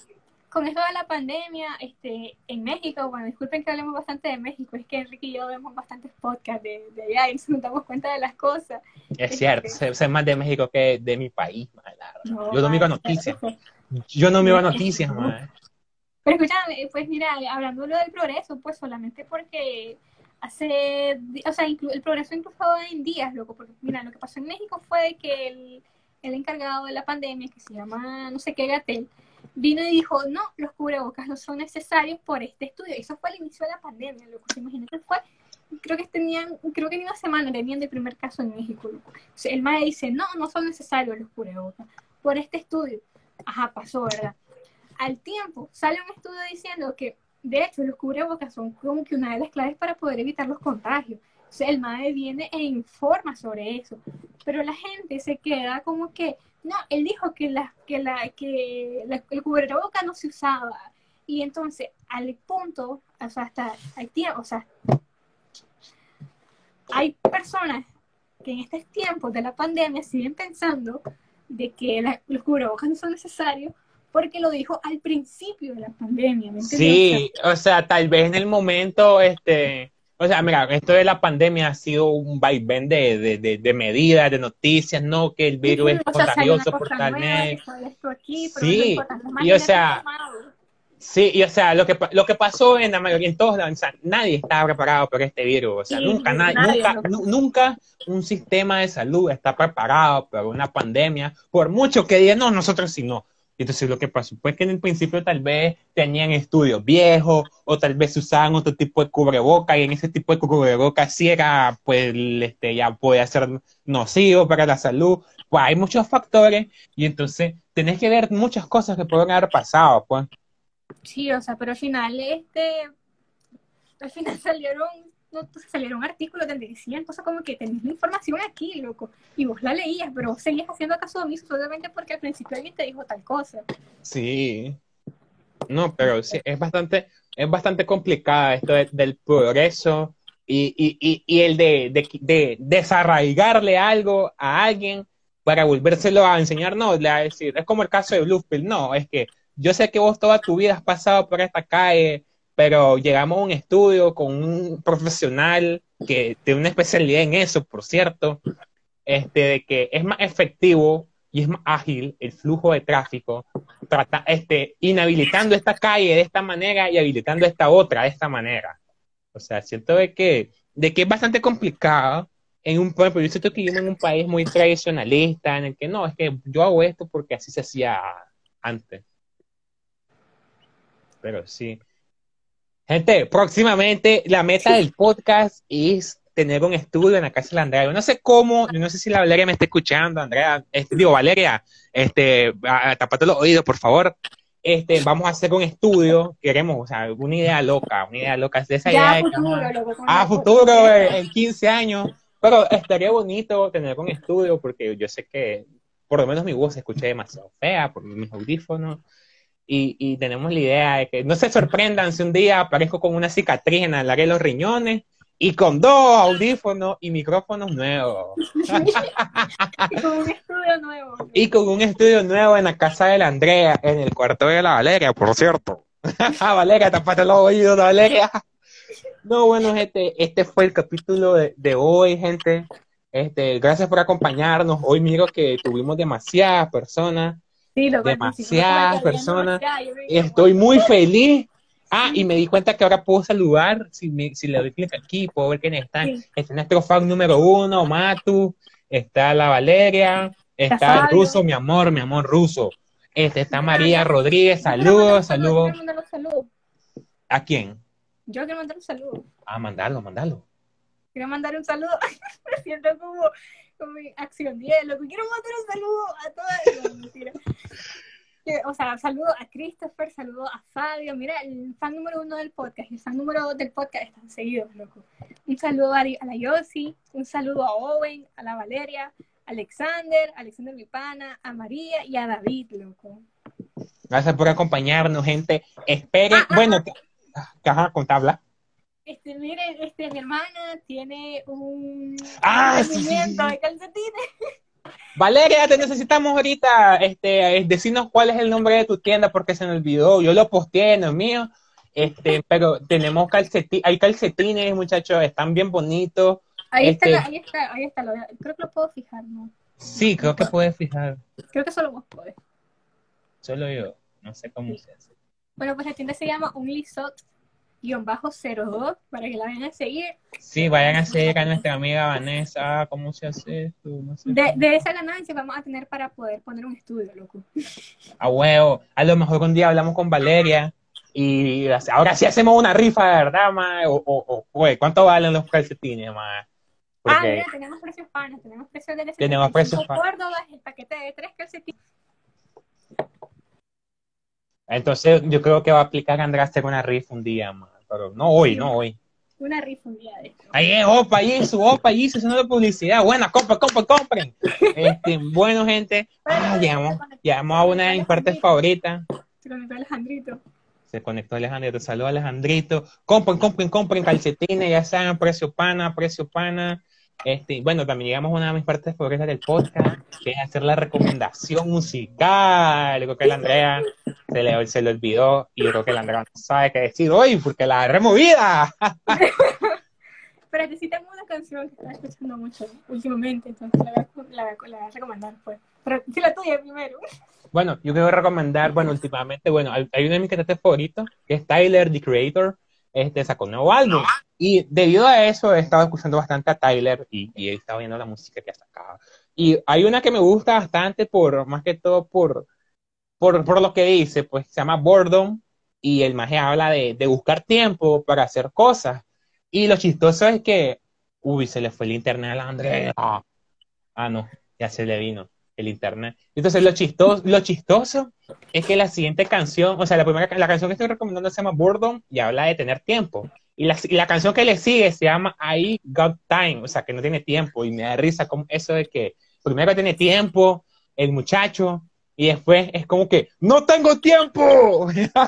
con esto de la pandemia, este, en México, bueno, disculpen que hablemos bastante de México, es que Enrique y yo vemos bastantes podcasts de, de allá y nos damos cuenta de las cosas. Es Este, cierto, sé, sé más de México que de mi país, man, la verdad. no, Yo no miro madre, noticias. Yo no miro noticias, man. pero escúchame, pues mira, hablando de lo del progreso, pues solamente porque hace, o sea, inclu- el progreso incluso va en días, loco, porque mira, lo que pasó en México fue que el, el encargado de la pandemia, que se llama no sé qué Gatel, vino y dijo, no, los cubrebocas no son necesarios por este estudio. Eso fue al inicio de la pandemia, loco. Imagínate, fue, creo que tenían, creo que en una semana tenían el primer caso en México, loco. Entonces, el M A E dice, no, no son necesarios los cubrebocas por este estudio. Ajá, pasó, ¿verdad? Al tiempo, sale un estudio diciendo que, de hecho, los cubrebocas son como que una de las claves para poder evitar los contagios. O sea, el M A E viene e informa sobre eso. Pero la gente se queda como que, no, él dijo que, la, que, la, que la, el cubreboca no se usaba. Y entonces, al punto, o sea, hasta hay tiempo, o sea, hay personas que en estos tiempos de la pandemia siguen pensando de que la, los cubrebocas no son necesarios porque lo dijo al principio de la pandemia, ¿me entiendes? Sí, o sea, tal vez en el momento, este, o sea, mira, esto de la pandemia ha sido un vaivén de, de, de, de medidas, de noticias, no, que el virus es O sea, salió una contagioso por cosa tal nueva, que mes. sale esto aquí, pero lo Sí, importante es y o mantenerse sea, informado. sí, y o sea, lo que, pa- lo que pasó en la mayoría, en todos lados, o sea, nadie estaba preparado por este virus, o sea, Y nunca, na- nadie, nunca, ¿no? nu- nunca un sistema de salud está preparado por una pandemia, por mucho que digan, no, nosotros sí no. Y entonces lo que pasó fue que en el principio tal vez tenían estudios viejos, o tal vez usaban otro tipo de cubreboca, y en ese tipo de cubreboca sí era, pues, este, ya puede ser nocivo para la salud. Pues hay muchos factores, y entonces tenés que ver muchas cosas que pueden haber pasado, pues. Sí, o sea, pero al final, este, al final salieron, no, salieron artículos donde decían cosas como que tenés la información aquí, loco, y vos la leías, pero vos seguías haciendo caso omiso solamente porque al principio alguien te dijo tal cosa. Sí, no, pero sí, es bastante, es bastante complicada esto de- del progreso y, y, y, y el de, de, de desarraigarle algo a alguien para volvérselo a enseñar, no, le va a decir, es como el caso de Bluefield, no, es que yo sé que vos toda tu vida has pasado por esta calle, pero llegamos a un estudio con un profesional que tiene una especialidad en eso, por cierto, este, de que es más efectivo y es más ágil el flujo de tráfico, trata, este, inhabilitando esta calle de esta manera y habilitando esta otra de esta manera. O sea, siento de que, de que es bastante complicado en un pueblo, pero yo siento que vivimos en un país muy tradicionalista, en el que no, es que yo hago esto porque así se hacía antes. Pero sí. Gente, próximamente la meta del podcast es tener un estudio en la casa de la Andrea. Yo no sé cómo, yo no sé si la Valeria me está escuchando, Andrea, este, digo, Valeria, este, a- a- tapate los oídos, por favor. Este, vamos a hacer un estudio, queremos, o sea, una idea loca, una idea loca, de esa Ya idea a de que, futuro, ajá, loco, con a la futuro, podcast. eh, en quince años, pero estaría bonito tener un estudio porque yo sé que por lo menos mi voz se escucha demasiado fea por mis audífonos. Y, y tenemos la idea de que no se sorprendan si un día aparezco con una cicatriz en el área de los riñones y con dos audífonos y micrófonos nuevos. Y con un estudio nuevo, Y loco. con un estudio nuevo en la casa de la Andrea, en el cuarto de la Valeria, por cierto. Valeria, tapate los oídos, Valeria. No, bueno, gente, este fue el capítulo de, de hoy, gente. Este, gracias por acompañarnos. Hoy miro que tuvimos demasiadas personas. Sí, loco, al principio me como que Demasiadas habían personas. demasiado. Yo dije, what Estoy the muy fuck. feliz. Ah, y Sí, me di cuenta que ahora puedo saludar. Si, me, si le doy clic aquí, puedo ver quiénes están. sí. Está nuestro fan número uno, Matu. Está la Valeria. Está Está el Fabio. ruso, mi amor, mi amor ruso. Este, está Mira, María ya. Rodríguez. Yo quiero mandar un Saludos, saludo, yo saludos. quiero mandar un saludo. ¿A quién? Yo quiero mandar un saludo. Ah, mandalo, mandalo. Quiero mandar un saludo. Me siento como, como en acción diez, loco. Quiero mandar un saludo a todas. No, mentira. Que, o sea, saludo a Christopher, saludo a Fabio. Mira, el fan número uno del podcast y el fan número dos del podcast están seguidos, loco. Un saludo a, a la Yossi, un saludo a Owen, a la Valeria, a Alexander, a Alexander Vipana, a María y a David, loco. Gracias por acompañarnos, gente. Esperen, Ah, ah, bueno, ah. ajá, con tabla. Este, miren, este, mi hermana tiene un, un Ah, sí, sí, sí, emprendimiento sí. de calcetines. Valeria, te necesitamos ahorita, este, eh, decirnos cuál es el nombre de tu tienda porque se me olvidó. Yo lo posteé en el mío, este, pero tenemos calcetines, hay calcetines, muchachos, están bien bonitos. Ahí está, Este, la- ahí está, ahí está. Lo, creo que lo puedo fijar, ¿no? sí, creo que puedes fijar. Creo que solo vos podés. Solo yo, no sé cómo Sí. se hace. Bueno, pues la tienda se llama unlisot-cero dos para que la vayan a seguir. Sí, vayan a seguir a nuestra amiga Vanessa. ¿Cómo se hace esto? No sé De, cómo. de esa ganancia vamos a tener para poder poner un estudio, loco. A huevo. A lo mejor un día hablamos con Valeria y ahora sí hacemos una rifa de verdad, ma. O, o, o, güey, ¿cuánto valen los calcetines, ma? Ah, mira, Porque tenemos precios panas, tenemos precios de tenemos precios pa- Córdoba, el paquete de tres calcetines. Entonces yo creo que va a aplicar Andrés hacer una rifa un día, ma. Pero no hoy, Sí, no hoy. una rifa un día de esto. Ahí es, opa, ahí su opa, ahí su de publicidad. Buena, compren, compren, compren. Este, bueno, gente, ah, llegamos, llegamos a una de mis partes favoritas. Se conectó Alejandrito. Se conectó Alejandrito, saludos Alejandrito. Compren, compren, compren calcetines, ya sean precio pana, precio pana. Este, bueno, también llegamos a una de mis partes favoritas del podcast, que es hacer la recomendación musical. Creo que la Andrea se le, se le olvidó y yo creo que la Andrea no sabe qué decir hoy porque la removida. Pero necesitamos una canción que estaba escuchando mucho últimamente, entonces la voy a, la, la voy a recomendar, pues. Pero sí la tuya primero. Bueno, yo quiero recomendar, bueno, últimamente, bueno, hay, hay uno de mis cantantes favoritos, que es Tyler, The Creator, este sacó un nuevo álbum. Y debido a eso he estado escuchando bastante a Tyler y, y he estado viendo la música que ha sacado. Y hay una que me gusta bastante, por más que todo por, por, por lo que dice, pues se llama Boredom, y el maje habla de, de buscar tiempo para hacer cosas. Y lo chistoso es que, uy, se le fue el internet a la Andrea. Ah, no, ya se le vino el internet. Entonces, lo chistoso, lo chistoso es que la siguiente canción, o sea, la primera la canción que estoy recomendando se llama Boredom y habla de tener tiempo. Y la, y la canción que le sigue se llama I Got Time, o sea, que no tiene tiempo. Y me da risa como eso de que primero tiene tiempo el muchacho y después es como que ¡no tengo tiempo!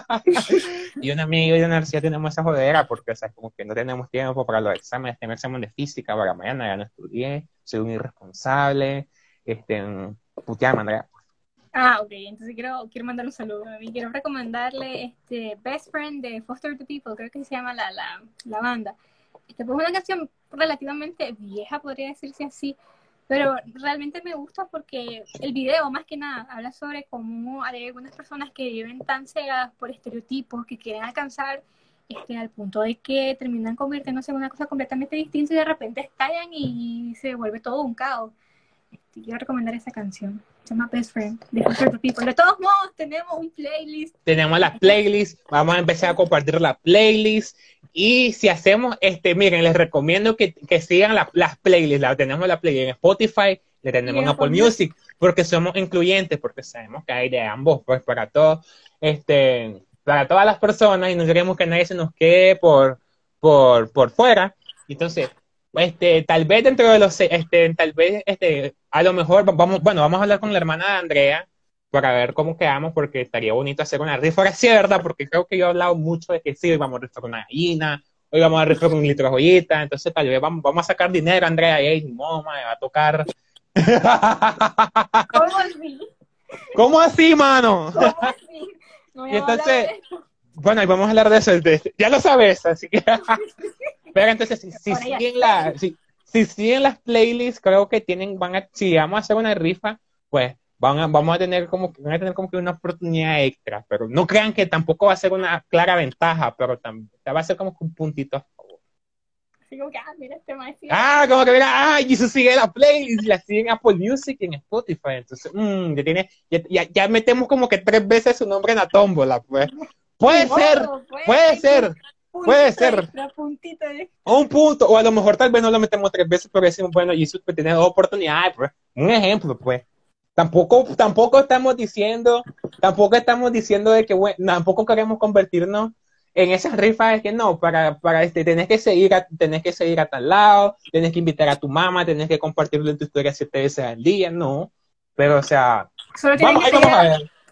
Y un amigo de la universidad tenemos esa jodera porque, o sea, es como que no tenemos tiempo para los exámenes. Tengo examen de física para mañana, ya no estudié, soy un irresponsable. Este, puteame, Andrea. Ah, ok, entonces quiero, quiero mandar un saludo a mí. Quiero recomendarle este Best Friend de Foster the People, creo que se llama la, la, la banda. Este, pues una canción relativamente vieja, podría decirse así, pero realmente me gusta porque el video, más que nada, habla sobre cómo hay algunas personas que viven tan cegadas por estereotipos que quieren alcanzar este, al punto de que terminan convirtiéndose en una cosa completamente distinta y de repente estallan y se vuelve todo un caos. Este, quiero recomendar esa canción. Se llama Best Friend de Foster the People. De todos modos, tenemos un playlist. Tenemos las playlists, vamos a empezar a compartir las playlists. Y si hacemos, este, miren, les recomiendo que, que sigan la, las playlists. La, tenemos la playlist en Spotify, le tenemos en Apple Music, porque somos incluyentes, porque sabemos que hay de ambos, pues para todos, este, para todas las personas, y no queremos que nadie se nos quede por, por, por fuera. Entonces, este, tal vez dentro de los, este, tal vez, este, a lo mejor vamos, bueno, vamos a hablar con la hermana de Andrea para ver cómo quedamos, porque estaría bonito hacer una rifa. Ahora sí, de verdad, porque creo que yo he hablado mucho de que sí, hoy vamos a rifar con una gallina, hoy vamos a rifar con un litro de joyita, entonces tal vez vamos, vamos a sacar dinero, Andrea, y hey, mamá, me va a tocar. ¿Cómo así? ¿Cómo así, mano? ¿Cómo así? No Y entonces, bueno, ahí vamos a hablar de eso, de, ya lo sabes, así que... Pero entonces, si, si siguen la, si, si siguen las playlists, creo que tienen, van a, si vamos a hacer una rifa, pues van a, vamos a tener como que, van a tener como que una oportunidad extra, pero no crean que tampoco va a ser una clara ventaja, pero también va a ser como que un puntito a favor. Así como que, ah, mira este maestro. Ah, como que mira, ah, y eso sigue la playlist, la siguen en Apple Music y en Spotify, entonces, mmm, ya tiene, ya, ya, ya metemos como que tres veces su nombre en la tómbola, pues. Puede No, ser, puede, puede ser. Puntito Puede ser. Extra, puntito extra. O un punto, o a lo mejor tal vez no lo metemos tres veces, pero decimos, bueno, Jesus pues, tiene dos oportunidades, pues. Un ejemplo, pues. Tampoco, tampoco estamos diciendo, tampoco estamos diciendo de que, bueno, tampoco queremos convertirnos en esas rifas de que no, para, para este, tenés que seguir a, tenés que seguir a tal lado, tenés que invitar a tu mamá, tenés que compartirlo en tu historia siete veces al día, no. Pero, o sea, Solo vamos, ahí vamos a ver.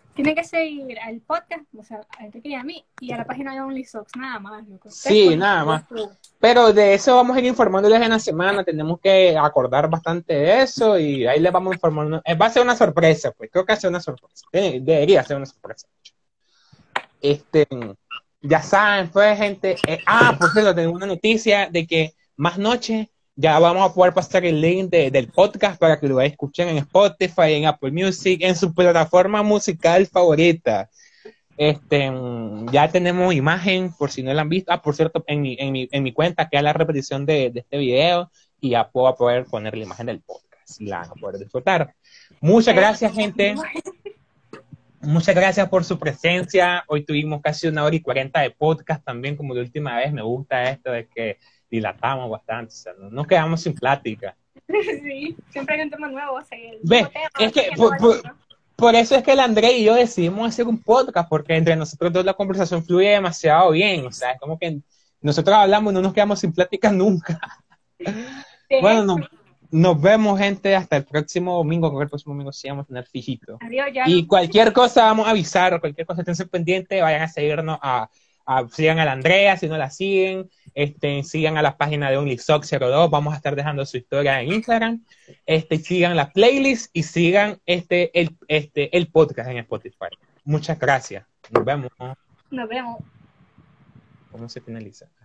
Tienen que seguir al podcast, o sea, a Enrique y a mí, y a la página de OnlySocks, nada más, loco. Sí, nada más. Pero de eso vamos a ir informándoles en la semana. Tenemos que acordar bastante de eso y ahí les vamos informando. Va a ser una sorpresa, pues. Creo que va a ser una sorpresa. Debería ser una sorpresa. Este, ya saben, pues, gente. Eh, ah, por cierto, tengo una noticia de que más noche ya vamos a poder pasar el link de, del podcast para que lo escuchen en Spotify, en Apple Music, en su plataforma musical favorita. Este, ya tenemos imagen, por si no la han visto. Ah, por cierto, en mi, en mi, en mi cuenta queda la repetición de, de este video y ya puedo poder poner la imagen del podcast y la van a poder disfrutar. Muchas gracias, gente. Muchas gracias por su presencia. Hoy tuvimos casi una hora y cuarenta de podcast también, como de última vez. Me gusta esto de que dilatamos bastante, o sea, no nos quedamos sin plática. Sí, siempre hay un tema nuevo. O sea, el Ve, tema, es que por, por, por eso es que el André y yo decidimos hacer un podcast, porque entre nosotros dos la conversación fluye demasiado bien, o sea, es como que nosotros hablamos y no nos quedamos sin plática nunca. Bueno, no, nos vemos, gente, hasta el próximo domingo, porque el próximo domingo sí vamos a tener fijito. Adiós, ya y no. cualquier cosa vamos a avisar, cualquier cosa estén pendientes, vayan a seguirnos a, a sigan a la Andrea si no la siguen. Este, sigan a la página de OnlySocks cero dos, vamos a estar dejando su historia en Instagram, este, sigan la playlist y sigan este, el, este, el podcast en Spotify. Muchas gracias, nos vemos. Nos vemos. ¿Cómo se finaliza?